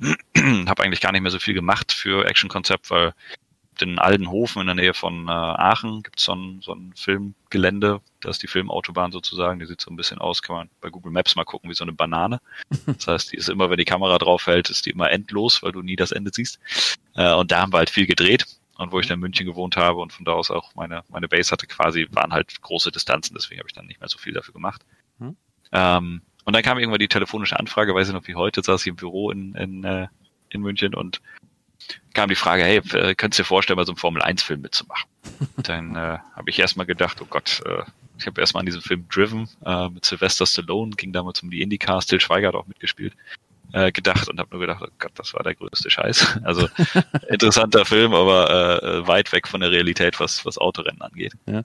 habe eigentlich gar nicht mehr so viel gemacht für Action Concept, weil in Aldenhofen in der Nähe von äh, Aachen gibt es so ein, so ein Filmgelände, da ist die Filmautobahn sozusagen, die sieht so ein bisschen aus, kann man bei Google Maps mal gucken, wie so eine Banane. Das heißt, die ist immer, wenn die Kamera drauf hält, ist die immer endlos, weil du nie das Ende siehst. Äh, und da haben wir halt viel gedreht. Und wo ich dann in München gewohnt habe und von da aus auch meine meine Base hatte quasi, waren halt große Distanzen, deswegen habe ich dann nicht mehr so viel dafür gemacht. Hm. Ähm, Und dann kam irgendwann die telefonische Anfrage, weiß ich noch wie heute, saß ich im Büro in, in, äh, in München und kam die Frage, hey, könntest du dir vorstellen, bei so einem Formel eins Film mitzumachen? Dann äh, habe ich erstmal gedacht, oh Gott, äh, ich habe erstmal an diesem Film Driven äh, mit Sylvester Stallone, ging damals um die IndyCar, Till Schweiger hat auch mitgespielt, äh, gedacht und habe nur gedacht, oh Gott, das war der größte Scheiß. Also interessanter Film, aber äh, weit weg von der Realität, was, was Autorennen angeht. Ja.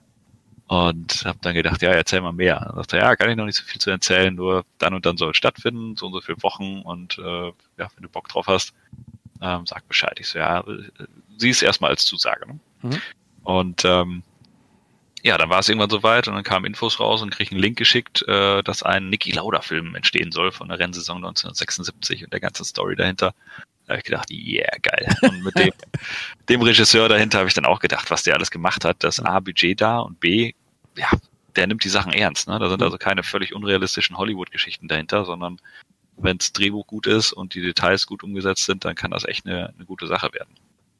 Und habe dann gedacht, ja, erzähl mal mehr. Und dachte, ja, kann ich noch nicht so viel zu erzählen, nur dann und dann soll es stattfinden, so und so viele Wochen und äh, ja, wenn du Bock drauf hast, ähm, sag Bescheid. Ich so, ja, sieh es erstmal als Zusage. Ne? Mhm. Und ähm, ja, dann war es irgendwann soweit und dann kamen Infos raus und krieg einen Link geschickt, äh, dass ein Niki Lauda-Film entstehen soll von der Rennsaison neunzehnhundertsechsundsiebzig und der ganzen Story dahinter. Da habe ich gedacht, yeah, geil. Und mit dem, dem Regisseur dahinter habe ich dann auch gedacht, was der alles gemacht hat. Das A, Budget da und B, ja, der nimmt die Sachen ernst. Ne? Da sind also keine völlig unrealistischen Hollywood-Geschichten dahinter, sondern wenn das Drehbuch gut ist und die Details gut umgesetzt sind, dann kann das echt eine, eine gute Sache werden.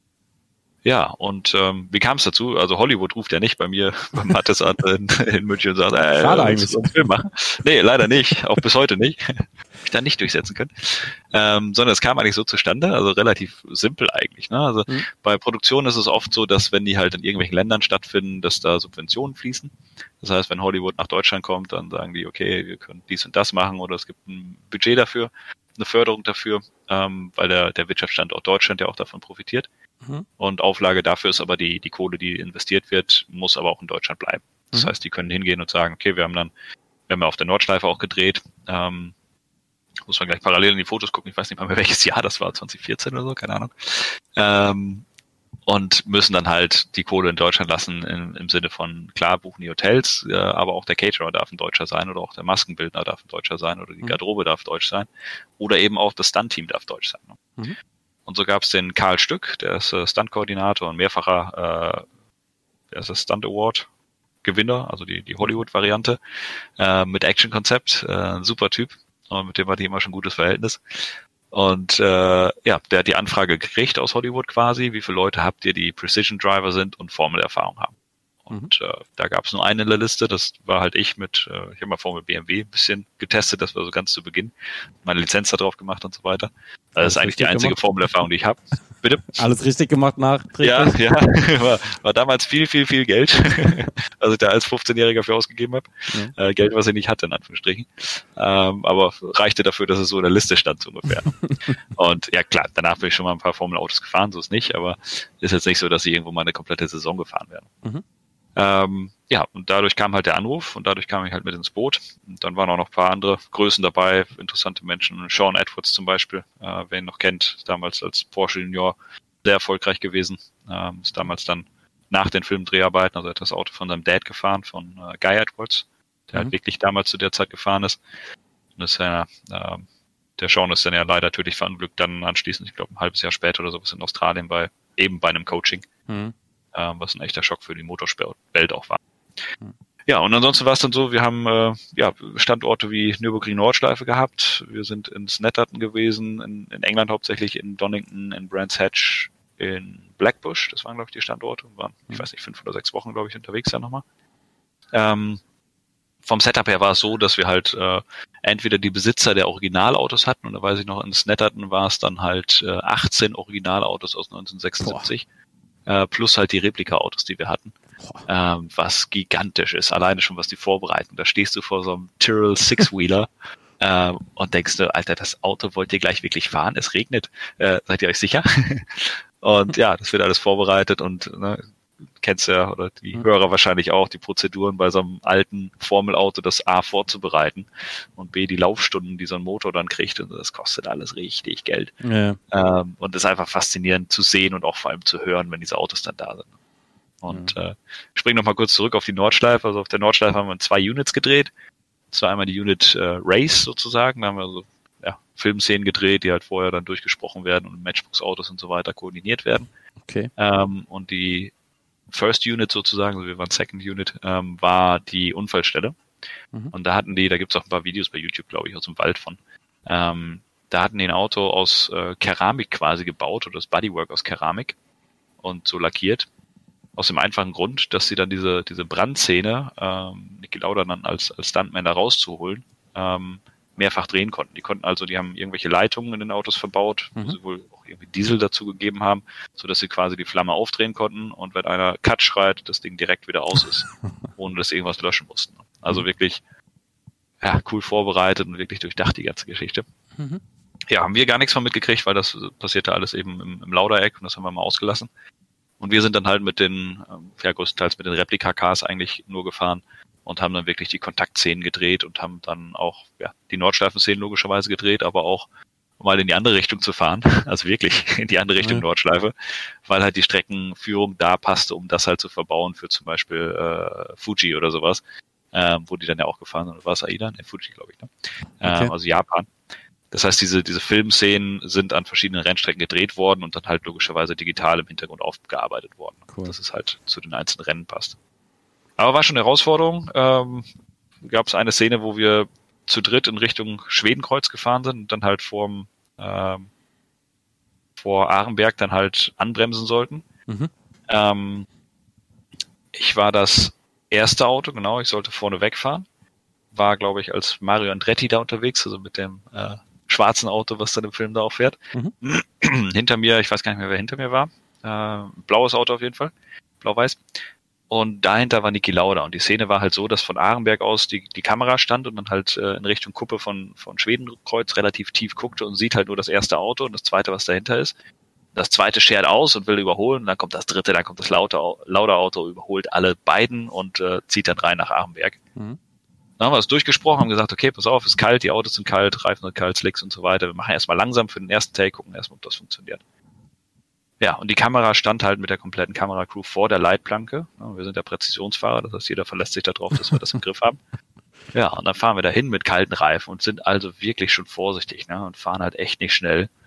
Ja, und ähm, wie kam es dazu? Also Hollywood ruft ja nicht bei mir, bei Mattes an in, in München und sagt, äh, schade eigentlich. So einen Film machen. Nee, leider nicht, auch bis heute nicht. Ich da nicht durchsetzen können. Ähm, sondern es kam eigentlich so zustande, also relativ simpel eigentlich. Ne? Also mhm. bei Produktionen ist es oft so, dass wenn die halt in irgendwelchen Ländern stattfinden, dass da Subventionen fließen. Das heißt, wenn Hollywood nach Deutschland kommt, dann sagen die, okay, wir können dies und das machen oder es gibt ein Budget dafür, eine Förderung dafür, ähm, weil der, der Wirtschaftsstandort Deutschland ja auch davon profitiert. Mhm. Und Auflage dafür ist aber die, die Kohle, die investiert wird, muss aber auch in Deutschland bleiben. Das mhm. heißt, die können hingehen und sagen, okay, wir haben dann, wir haben ja auf der Nordschleife auch gedreht, ähm, muss man gleich parallel in die Fotos gucken, ich weiß nicht mal mehr welches Jahr das war, zwanzig vierzehn oder so, keine Ahnung. Ähm, und müssen dann halt die Kohle in Deutschland lassen im, im Sinne von, klar, buchen die Hotels, äh, aber auch der Caterer darf ein Deutscher sein oder auch der Maskenbildner darf ein Deutscher sein oder die Garderobe mhm. darf deutsch sein oder eben auch das Stunt-Team darf deutsch sein. Ne? Mhm. und so gab es den Karl Stück, der ist äh, Stunt-Koordinator und mehrfacher äh, der ist das Stunt Award Gewinner, also die, die Hollywood-Variante, äh, mit Action-Konzept, äh, ein super Typ, und mit dem hatte ich immer schon ein gutes Verhältnis. Und äh, ja, der hat die Anfrage gekriegt aus Hollywood quasi, wie viele Leute habt ihr, die Precision Driver sind und Formelerfahrung haben. Und mhm. äh, da gab es nur einen in der Liste, das war halt ich mit, äh, ich habe mal Formel B M W ein bisschen getestet, das war so ganz zu Beginn, meine Lizenz da drauf gemacht und so weiter. Also das ist eigentlich die einzige gemacht. Formelerfahrung, die ich habe. Bitte? Alles richtig gemacht nachträglich? Ja, ja, war, war damals viel, viel, viel Geld, was ich da als fünfzehnjähriger für ausgegeben habe. Ja. Äh, Geld, was ich nicht hatte, in Anführungsstrichen. Ähm, aber reichte dafür, dass es so in der Liste stand, so ungefähr. Und ja, klar, danach bin ich schon mal ein paar Formel-Autos gefahren, so ist nicht, aber ist jetzt nicht so, dass ich irgendwo mal eine komplette Saison gefahren werde. Mhm. Ähm, ja, und dadurch kam halt der Anruf und dadurch kam ich halt mit ins Boot. Und dann waren auch noch ein paar andere Größen dabei, interessante Menschen. Sean Edwards zum Beispiel, äh, wer ihn noch kennt, damals als Porsche Junior sehr erfolgreich gewesen. Ähm, ist damals dann nach den Filmdreharbeiten, also er hat das Auto von seinem Dad gefahren, von äh, Guy Edwards, der mhm. halt wirklich damals zu der Zeit gefahren ist. Und das ist ja, äh, der Sean ist dann ja leider tödlich verunglückt, dann anschließend, ich glaube ein halbes Jahr später oder sowas in Australien bei, eben bei einem Coaching. Mhm. Was ein echter Schock für die Motorsport-Welt auch war. Hm. Ja, und ansonsten war es dann so, wir haben äh, ja Standorte wie Nürburgring Nordschleife gehabt, wir sind in Snetterton gewesen, in, in England hauptsächlich, in Donington, in Brands Hatch, in Blackbush, das waren glaube ich die Standorte, waren, hm. ich weiß nicht, fünf oder sechs Wochen glaube ich unterwegs dann nochmal. Ähm, vom Setup her war es so, dass wir halt äh, entweder die Besitzer der Originalautos hatten, und da weiß ich noch, in Snetterton war es dann halt äh, achtzehn Originalautos aus neunzehnhundertsechsundsiebzig. Boah. Uh, plus halt die Replika-Autos, die wir hatten, ähm, was gigantisch ist, alleine schon was die vorbereiten. Da stehst du vor so einem Tyrrell Six-Wheeler ähm, und denkst du, Alter, das Auto wollt ihr gleich wirklich fahren? Es regnet. Äh, seid ihr euch sicher? Und ja, das wird alles vorbereitet und ne, kennst ja, oder die mhm. Hörer wahrscheinlich auch, die Prozeduren bei so einem alten Formelauto, das A vorzubereiten und B die Laufstunden, die so ein Motor dann kriegt, und das kostet alles richtig Geld. Ja. Ähm, und das ist einfach faszinierend zu sehen und auch vor allem zu hören, wenn diese Autos dann da sind. Und ja. äh, ich springe nochmal kurz zurück auf die Nordschleife. Also auf der Nordschleife haben wir zwei Units gedreht. Das war einmal die Unit äh, Race sozusagen, da haben wir so ja, Filmszenen gedreht, die halt vorher dann durchgesprochen werden und Matchbox-Autos und so weiter koordiniert werden. Okay. Ähm, und die First Unit sozusagen, also wir waren Second Unit, ähm, war die Unfallstelle. Mhm. Und da hatten die, da gibt's auch ein paar Videos bei YouTube, glaube ich, aus dem Wald von. Ähm, da hatten die ein Auto aus äh, Keramik quasi gebaut, oder das Bodywork aus Keramik und so lackiert. Aus dem einfachen Grund, dass sie dann diese diese Brandszene, ähm, Niki Lauda dann als als Stuntman da rauszuholen, ähm, mehrfach drehen konnten. Die konnten also, die haben irgendwelche Leitungen in den Autos verbaut, mhm. wo sie wohl auch irgendwie Diesel dazu gegeben haben, so dass sie quasi die Flamme aufdrehen konnten, und wenn einer Cut schreit, das Ding direkt wieder aus ist, ohne dass sie irgendwas löschen mussten. Also mhm. wirklich ja, cool vorbereitet und wirklich durchdacht, die ganze Geschichte. Mhm. Ja, haben wir gar nichts von mitgekriegt, weil das passierte alles eben im, im Laudereck, und das haben wir mal ausgelassen. Und wir sind dann halt mit den, ja größtenteils mit den Replika-Cars eigentlich nur gefahren und haben dann wirklich die Kontaktszenen gedreht und haben dann auch ja die Nordschleifen-Szenen logischerweise gedreht, aber auch mal in die andere Richtung zu fahren, also wirklich in die andere Richtung ja. Nordschleife, weil halt die Streckenführung da passte, um das halt zu verbauen für zum Beispiel äh, Fuji oder sowas, äh, wo die dann ja auch gefahren sind. War es AIDA? Ne, Fuji, glaube ich, ne? Okay. Äh, also Japan. Das heißt, diese diese Filmszenen sind an verschiedenen Rennstrecken gedreht worden und dann halt logischerweise digital im Hintergrund aufgearbeitet worden, cool. dass es halt zu den einzelnen Rennen passt. Aber war schon eine Herausforderung. Ähm, gab es eine Szene, wo wir zu dritt in Richtung Schwedenkreuz gefahren sind und dann halt vorm, ähm, vor Arenberg dann halt anbremsen sollten. Mhm. Ähm, ich war das erste Auto, genau, ich sollte vorne wegfahren. War, glaube ich, als Mario Andretti da unterwegs, also mit dem äh, schwarzen Auto, was dann im Film da auch fährt. Mhm. Hinter mir, ich weiß gar nicht mehr, wer hinter mir war. Äh, blaues Auto auf jeden Fall, blau-weiß. Und dahinter war Niki Lauda. Und die Szene war halt so, dass von Arenberg aus die, die Kamera stand und dann halt äh, in Richtung Kuppe von, von Schwedenkreuz relativ tief guckte und sieht halt nur das erste Auto und das zweite, was dahinter ist. Das zweite schert aus und will überholen. Und dann kommt das dritte, dann kommt das Lauda-Auto, überholt alle beiden und äh, zieht dann rein nach Arenberg. Mhm. Dann haben wir das durchgesprochen, haben gesagt, okay, pass auf, ist kalt, die Autos sind kalt, Reifen sind kalt, Slicks und so weiter. Wir machen erstmal langsam für den ersten Take, gucken erstmal, ob das funktioniert. Ja, und die Kamera stand halt mit der kompletten Kameracrew vor der Leitplanke. Ja, wir sind ja Präzisionsfahrer, das heißt, jeder verlässt sich darauf, dass wir das im Griff haben. Ja, und dann fahren wir dahin mit kalten Reifen und sind also wirklich schon vorsichtig, ne, und fahren halt echt nicht schnell.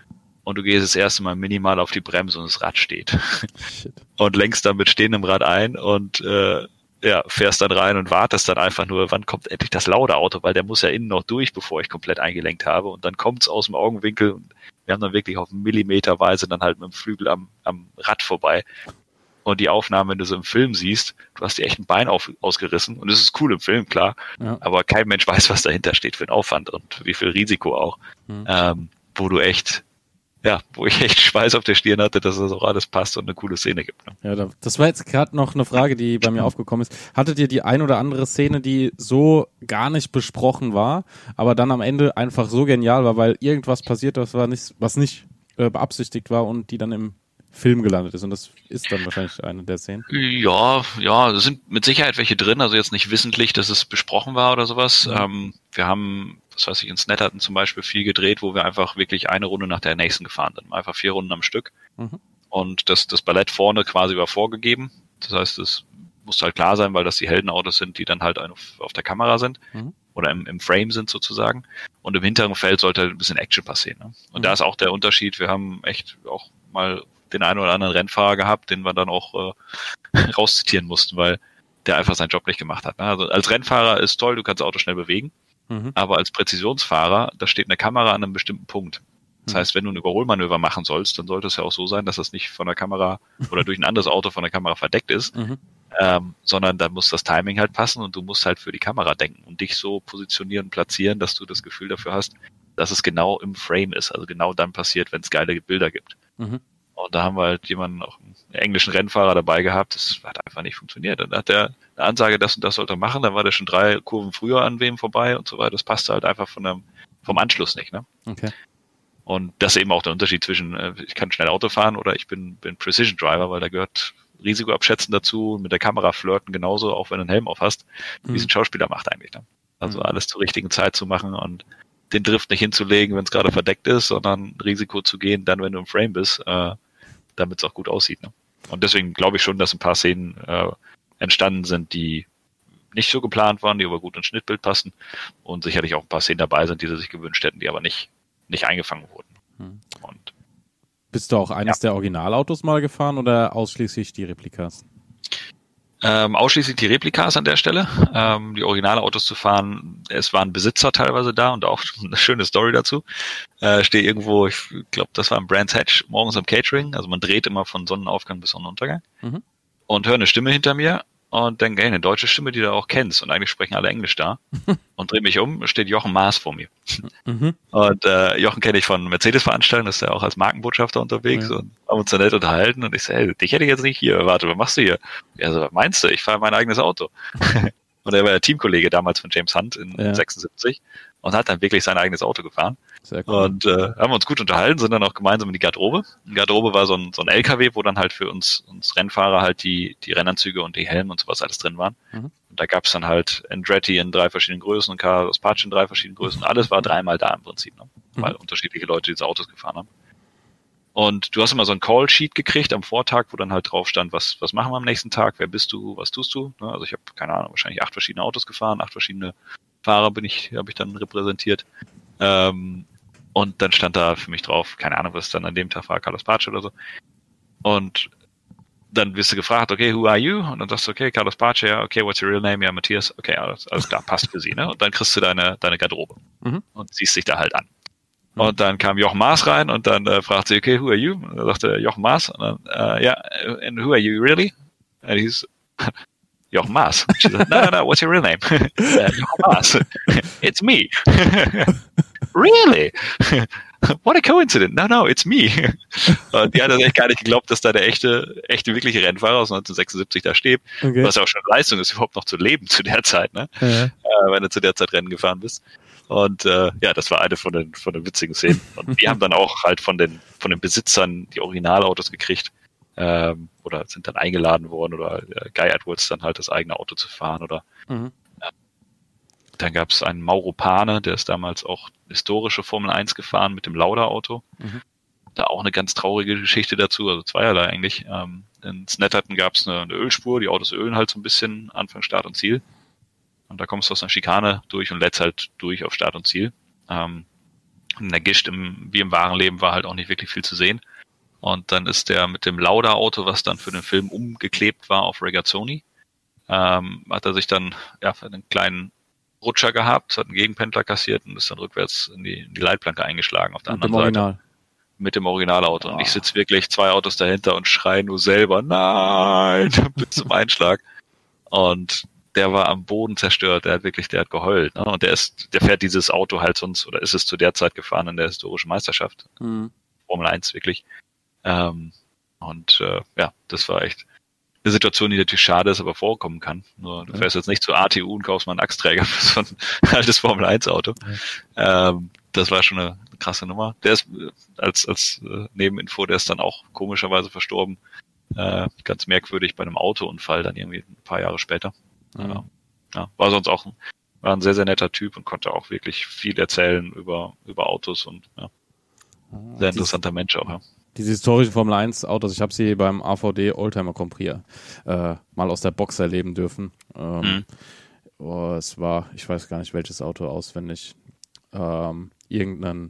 und du gehst das erste Mal minimal auf die Bremse und das Rad steht. Shit. Und lenkst dann mit stehendem Rad ein und äh, ja, fährst dann rein und wartest dann einfach nur, wann kommt endlich das laute Auto, weil der muss ja innen noch durch, bevor ich komplett eingelenkt habe. Und dann kommt's aus dem Augenwinkel und wir haben dann wirklich auf Millimeterweise dann halt mit dem Flügel am, am Rad vorbei. Und die Aufnahme, wenn du so im Film siehst, du hast dir echt ein Bein auf, ausgerissen. Und es ist cool im Film, klar. Ja. Aber kein Mensch weiß, was dahinter steht für einen Aufwand und wie viel Risiko auch. Mhm. Ähm, wo du echt, ja, wo ich echt Schweiß auf der Stirn hatte, dass das auch alles passt und eine coole Szene gibt. Ne? Ja, das war jetzt gerade noch eine Frage, die bei mir aufgekommen ist. Hattet ihr die ein oder andere Szene, die so gar nicht besprochen war, aber dann am Ende einfach so genial war, weil irgendwas passiert, das war nicht, was nicht äh, beabsichtigt war und die dann im Film gelandet ist, und das ist dann wahrscheinlich eine der Szenen. Ja, ja, es sind mit Sicherheit welche drin, also jetzt nicht wissentlich, dass es besprochen war oder sowas. Mhm. Ähm, wir haben, was weiß ich, in Snetterton zum Beispiel viel gedreht, wo wir einfach wirklich eine Runde nach der nächsten gefahren sind, einfach vier Runden am Stück. Mhm. Und das, das Ballett vorne quasi war vorgegeben. Das heißt, es musste halt klar sein, weil das die Heldenautos sind, die dann halt auf, auf der Kamera sind. Mhm. Oder im, im Frame sind sozusagen. Und im hinteren Feld sollte halt ein bisschen Action passieren. Ne? Und mhm. da ist auch der Unterschied, wir haben echt auch mal den einen oder anderen Rennfahrer gehabt, den wir dann auch äh, rauszitieren mussten, weil der einfach seinen Job nicht gemacht hat. Ne? Also als Rennfahrer ist toll, du kannst das Auto schnell bewegen, mhm. aber als Präzisionsfahrer, da steht eine Kamera an einem bestimmten Punkt. Das mhm. heißt, wenn du ein Überholmanöver machen sollst, dann sollte es ja auch so sein, dass das nicht von der Kamera oder durch ein anderes Auto von der Kamera verdeckt ist, mhm. ähm, sondern dann muss das Timing halt passen und du musst halt für die Kamera denken und dich so positionieren, platzieren, dass du das Gefühl dafür hast, dass es genau im Frame ist, also genau dann passiert, wenn es geile Bilder gibt. Mhm. Und da haben wir halt jemanden, auch einen englischen Rennfahrer dabei gehabt, das hat einfach nicht funktioniert. Dann hat der eine Ansage, das und das sollte er machen, dann war der schon drei Kurven früher an wem vorbei und so weiter. Das passte halt einfach von dem, vom Anschluss nicht. Ne? Okay. Und das ist eben auch der Unterschied zwischen, ich kann schnell Auto fahren oder ich bin, bin Precision Driver, weil da gehört Risiko abschätzen dazu, mit der Kamera flirten genauso, auch wenn du einen Helm auf hast, wie es ein Schauspieler macht eigentlich. Ne? Also mhm. alles zur richtigen Zeit zu machen und den Drift nicht hinzulegen, wenn es gerade verdeckt ist, sondern Risiko zu gehen, dann wenn du im Frame bist, äh, damit es auch gut aussieht. Ne? Und deswegen glaube ich schon, dass ein paar Szenen äh, entstanden sind, die nicht so geplant waren, die aber gut ins Schnittbild passen und sicherlich auch ein paar Szenen dabei sind, die sie sich gewünscht hätten, die aber nicht, nicht eingefangen wurden. Hm. Und, Bist du auch eines ja. der Originalautos mal gefahren oder ausschließlich die Replikas? Ähm, ausschließlich die Replikas an der Stelle. Ähm, die Originalautos zu fahren, es waren Besitzer teilweise da und auch eine schöne Story dazu. Äh, stehe irgendwo, ich glaube, das war im Brands Hatch, morgens am Catering. Also man dreht immer von Sonnenaufgang bis Sonnenuntergang. Mhm. Und höre eine Stimme hinter mir und denke, hey, eine deutsche Stimme, die du auch kennst. Und eigentlich sprechen alle Englisch da. Und drehe mich um, steht Jochen Maas vor mir. Mhm. Und äh, Jochen kenne ich von Mercedes-Veranstaltungen, ist ja auch als Markenbotschafter unterwegs, ja. Und haben uns da nett unterhalten. Und ich so, hey, dich hätte ich jetzt nicht hier. Warte, was machst du hier? Ja, so, was meinst du? Ich fahre mein eigenes Auto. Und er war ja Teamkollege damals von James Hunt in ja. sechsundsiebzig und hat dann wirklich sein eigenes Auto gefahren. Sehr cool. Und äh, haben uns gut unterhalten, sind dann auch gemeinsam in die Garderobe. Die Garderobe war so ein, so ein L K W, wo dann halt für uns, uns Rennfahrer halt die, die Rennanzüge und die Helme und sowas alles drin waren. Mhm. Und da gab's dann halt Andretti in drei verschiedenen Größen und Carlos Pace in drei verschiedenen Größen. Alles war dreimal da im Prinzip, ne? Weil mhm. unterschiedliche Leute diese Autos gefahren haben. Und du hast immer so ein Call-Sheet gekriegt am Vortag, wo dann halt drauf stand, was, was machen wir am nächsten Tag, wer bist du, was tust du? Also ich habe, keine Ahnung, wahrscheinlich acht verschiedene Autos gefahren, acht verschiedene Fahrer bin ich, habe ich dann repräsentiert. Ähm, und dann stand da für mich drauf, keine Ahnung, was dann an dem Tag war, Carlos Pace oder so. Und dann wirst du gefragt, okay, who are you? Und dann sagst du, okay, Carlos Pace, ja, okay, what's your real name? Ja, Matthias, okay, alles, alles klar, passt für sie, ne? Und dann kriegst du deine, deine Garderobe mhm. und siehst dich da halt an. Und dann kam Jochen Maas rein und dann äh, fragt sie, okay, who are you? Und dann sagte Jochen Maas, und dann, äh, ja, and who are you really? And he's Jochen Maas. She said, no, no, no, what's your real name? uh, Jochen Maas. It's me. Really? What a coincidence. No, no, it's me. Und die hat das echt gar nicht geglaubt, dass da der echte, echte, wirkliche Rennfahrer aus neunzehnhundertsechsundsiebzig da steht. Okay. Was ja auch schon eine Leistung ist, überhaupt noch zu leben zu der Zeit, ne? Ja. Äh, wenn du zu der Zeit Rennen gefahren bist. Und äh, ja, das war eine von den von den witzigen Szenen. Und wir haben dann auch halt von den von den Besitzern die Originalautos gekriegt ähm, oder sind dann eingeladen worden oder äh, Guy Edwards dann halt das eigene Auto zu fahren oder mhm. äh, dann gab es einen Mauro Pane, der ist damals auch historische Formel eins gefahren mit dem Lauda-Auto. Mhm. Da auch eine ganz traurige Geschichte dazu, also zweierlei eigentlich. Ähm, in Snetterton gab es eine, eine Ölspur, die Autos ölen halt so ein bisschen Anfang, Start und Ziel. Und da kommst du aus einer Schikane durch und lädst halt durch auf Start und Ziel. Ähm, In der Gischt im, wie im wahren Leben war halt auch nicht wirklich viel zu sehen. Und dann ist der mit dem Lauda-Auto, was dann für den Film umgeklebt war auf Regazzoni, ähm, hat er sich dann ja für einen kleinen Rutscher gehabt, hat einen Gegenpendler kassiert und ist dann rückwärts in die, in die Leitplanke eingeschlagen auf der Mit anderen dem Seite. Original. Mit dem Originalauto. Oh. Und ich sitze wirklich zwei Autos dahinter und schreie nur selber, nein, bis zum Einschlag. Und der war am Boden zerstört, der hat wirklich, der hat geheult. Ne? Und der ist, der fährt dieses Auto halt sonst, oder ist es zu der Zeit gefahren in der historischen Meisterschaft. Mhm. Formel eins wirklich. Ähm, und äh, ja, das war echt eine Situation, die natürlich schade ist, aber vorkommen kann. Nur du fährst jetzt nicht zur A T U und kaufst mal einen Achsträger für so ein altes Formel eins Auto. Ja. Ähm, das war schon eine, eine krasse Nummer. Der ist äh, als als äh, Nebeninfo, der ist dann auch komischerweise verstorben. Äh, ganz merkwürdig bei einem Autounfall, dann irgendwie ein paar Jahre später. Mhm. Äh, ja, war sonst auch ein, war ein sehr, sehr netter Typ und konnte auch wirklich viel erzählen über über Autos und ja, sehr interessanter Mensch auch, ja. Diese historischen Formel eins Autos, ich habe sie beim A V D Oldtimer Grand Prix äh, mal aus der Box erleben dürfen. Ähm, mhm. oh, es war, ich weiß gar nicht welches Auto auswendig, ähm, irgendein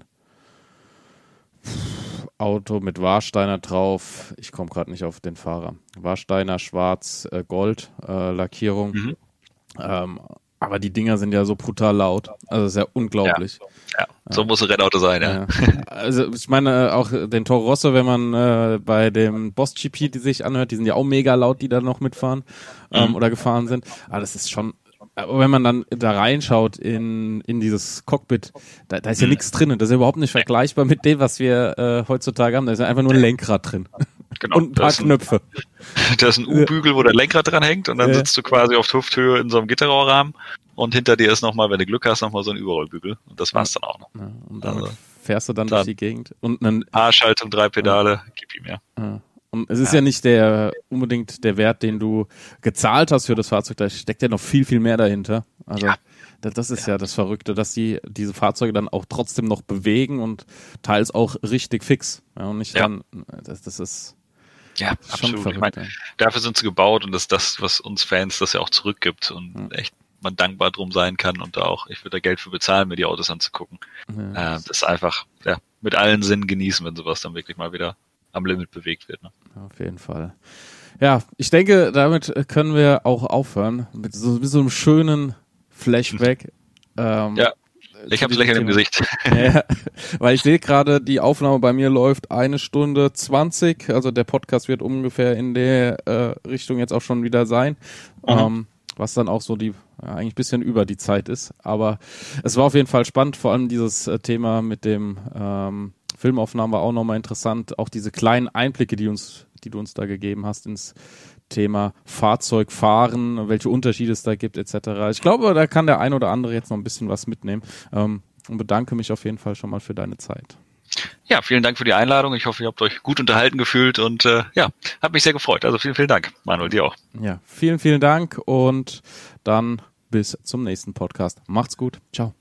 Auto mit Warsteiner drauf, ich komme gerade nicht auf den Fahrer. Warsteiner, schwarz, äh, Gold, äh, Lackierung. Mhm. Ähm, aber die Dinger sind ja so brutal laut, also sehr unglaublich. Ja. Ja, so ja. muss ein Rennauto sein, ja. ja. Also ich meine, auch den Toro Rosso, wenn man äh, bei dem Boss G P die sich anhört, die sind ja auch mega laut, die da noch mitfahren ähm, mhm. oder gefahren sind. Aber das ist schon, aber wenn man dann da reinschaut in in dieses Cockpit, da, da ist ja mhm. nichts drin. Das ist ja überhaupt nicht vergleichbar mit dem, was wir äh, heutzutage haben. Da ist ja einfach nur ein Lenkrad drin. Genau, und ein paar Knöpfe. Ein, da ist ein U-Bügel, wo der Lenkrad dran hängt und dann ja. sitzt du quasi auf Hüfthöhe in so einem Gitterrohrrahmen. Und hinter dir ist nochmal, wenn du Glück hast, nochmal so ein Überrollbügel. Und das war's dann auch noch. Ja, und damit also, fährst du dann, dann durch die Gegend. Und einen A-Schaltung, drei Pedale, ja. gib ihm ja. ja. Und es ist ja. ja nicht der unbedingt der Wert, den du gezahlt hast für das Fahrzeug. Da steckt ja noch viel, viel mehr dahinter. Also ja. das, das ist ja. ja das Verrückte, dass die diese Fahrzeuge dann auch trotzdem noch bewegen und teils auch richtig fix. Ja, und nicht ja. dann, das, das ist ja, schon absolut. verrückt. Ich meine, dafür sind sie gebaut und das ist das, was uns Fans das ja auch zurückgibt und ja. echt man dankbar drum sein kann und da auch, ich würde da Geld für bezahlen, mir die Autos anzugucken. Ja. Äh, das einfach ja, mit allen Sinnen genießen, wenn sowas dann wirklich mal wieder am Limit bewegt wird. Ne? Auf jeden Fall. Ja, ich denke, damit können wir auch aufhören, mit so, mit so einem schönen Flashback. Ähm, ja, ich habe Lächeln im Gesicht. Ja, weil ich sehe gerade, die Aufnahme bei mir läuft eine Stunde zwanzig, also der Podcast wird ungefähr in der äh, Richtung jetzt auch schon wieder sein. Mhm. Ähm, was dann auch so die, ja, eigentlich ein bisschen über die Zeit ist. Aber es war auf jeden Fall spannend, vor allem dieses äh, Thema mit dem ähm, Filmaufnahmen war auch nochmal interessant. Auch diese kleinen Einblicke, die uns, die du uns da gegeben hast ins Thema Fahrzeugfahren, welche Unterschiede es da gibt, et cetera. Ich glaube, da kann der ein oder andere jetzt noch ein bisschen was mitnehmen. Ähm, und bedanke mich auf jeden Fall schon mal für deine Zeit. Ja, vielen Dank für die Einladung. Ich hoffe, ihr habt euch gut unterhalten gefühlt und äh, ja, hat mich sehr gefreut. Also vielen, vielen Dank, Manuel, dir auch. Ja, vielen, vielen Dank und dann bis zum nächsten Podcast. Macht's gut. Ciao.